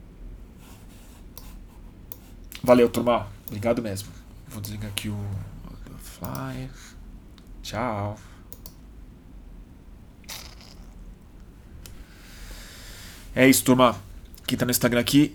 Valeu, turma. Obrigado mesmo. Vou desligar aqui o Fly. Tchau. É isso, turma. Quem tá no Instagram aqui,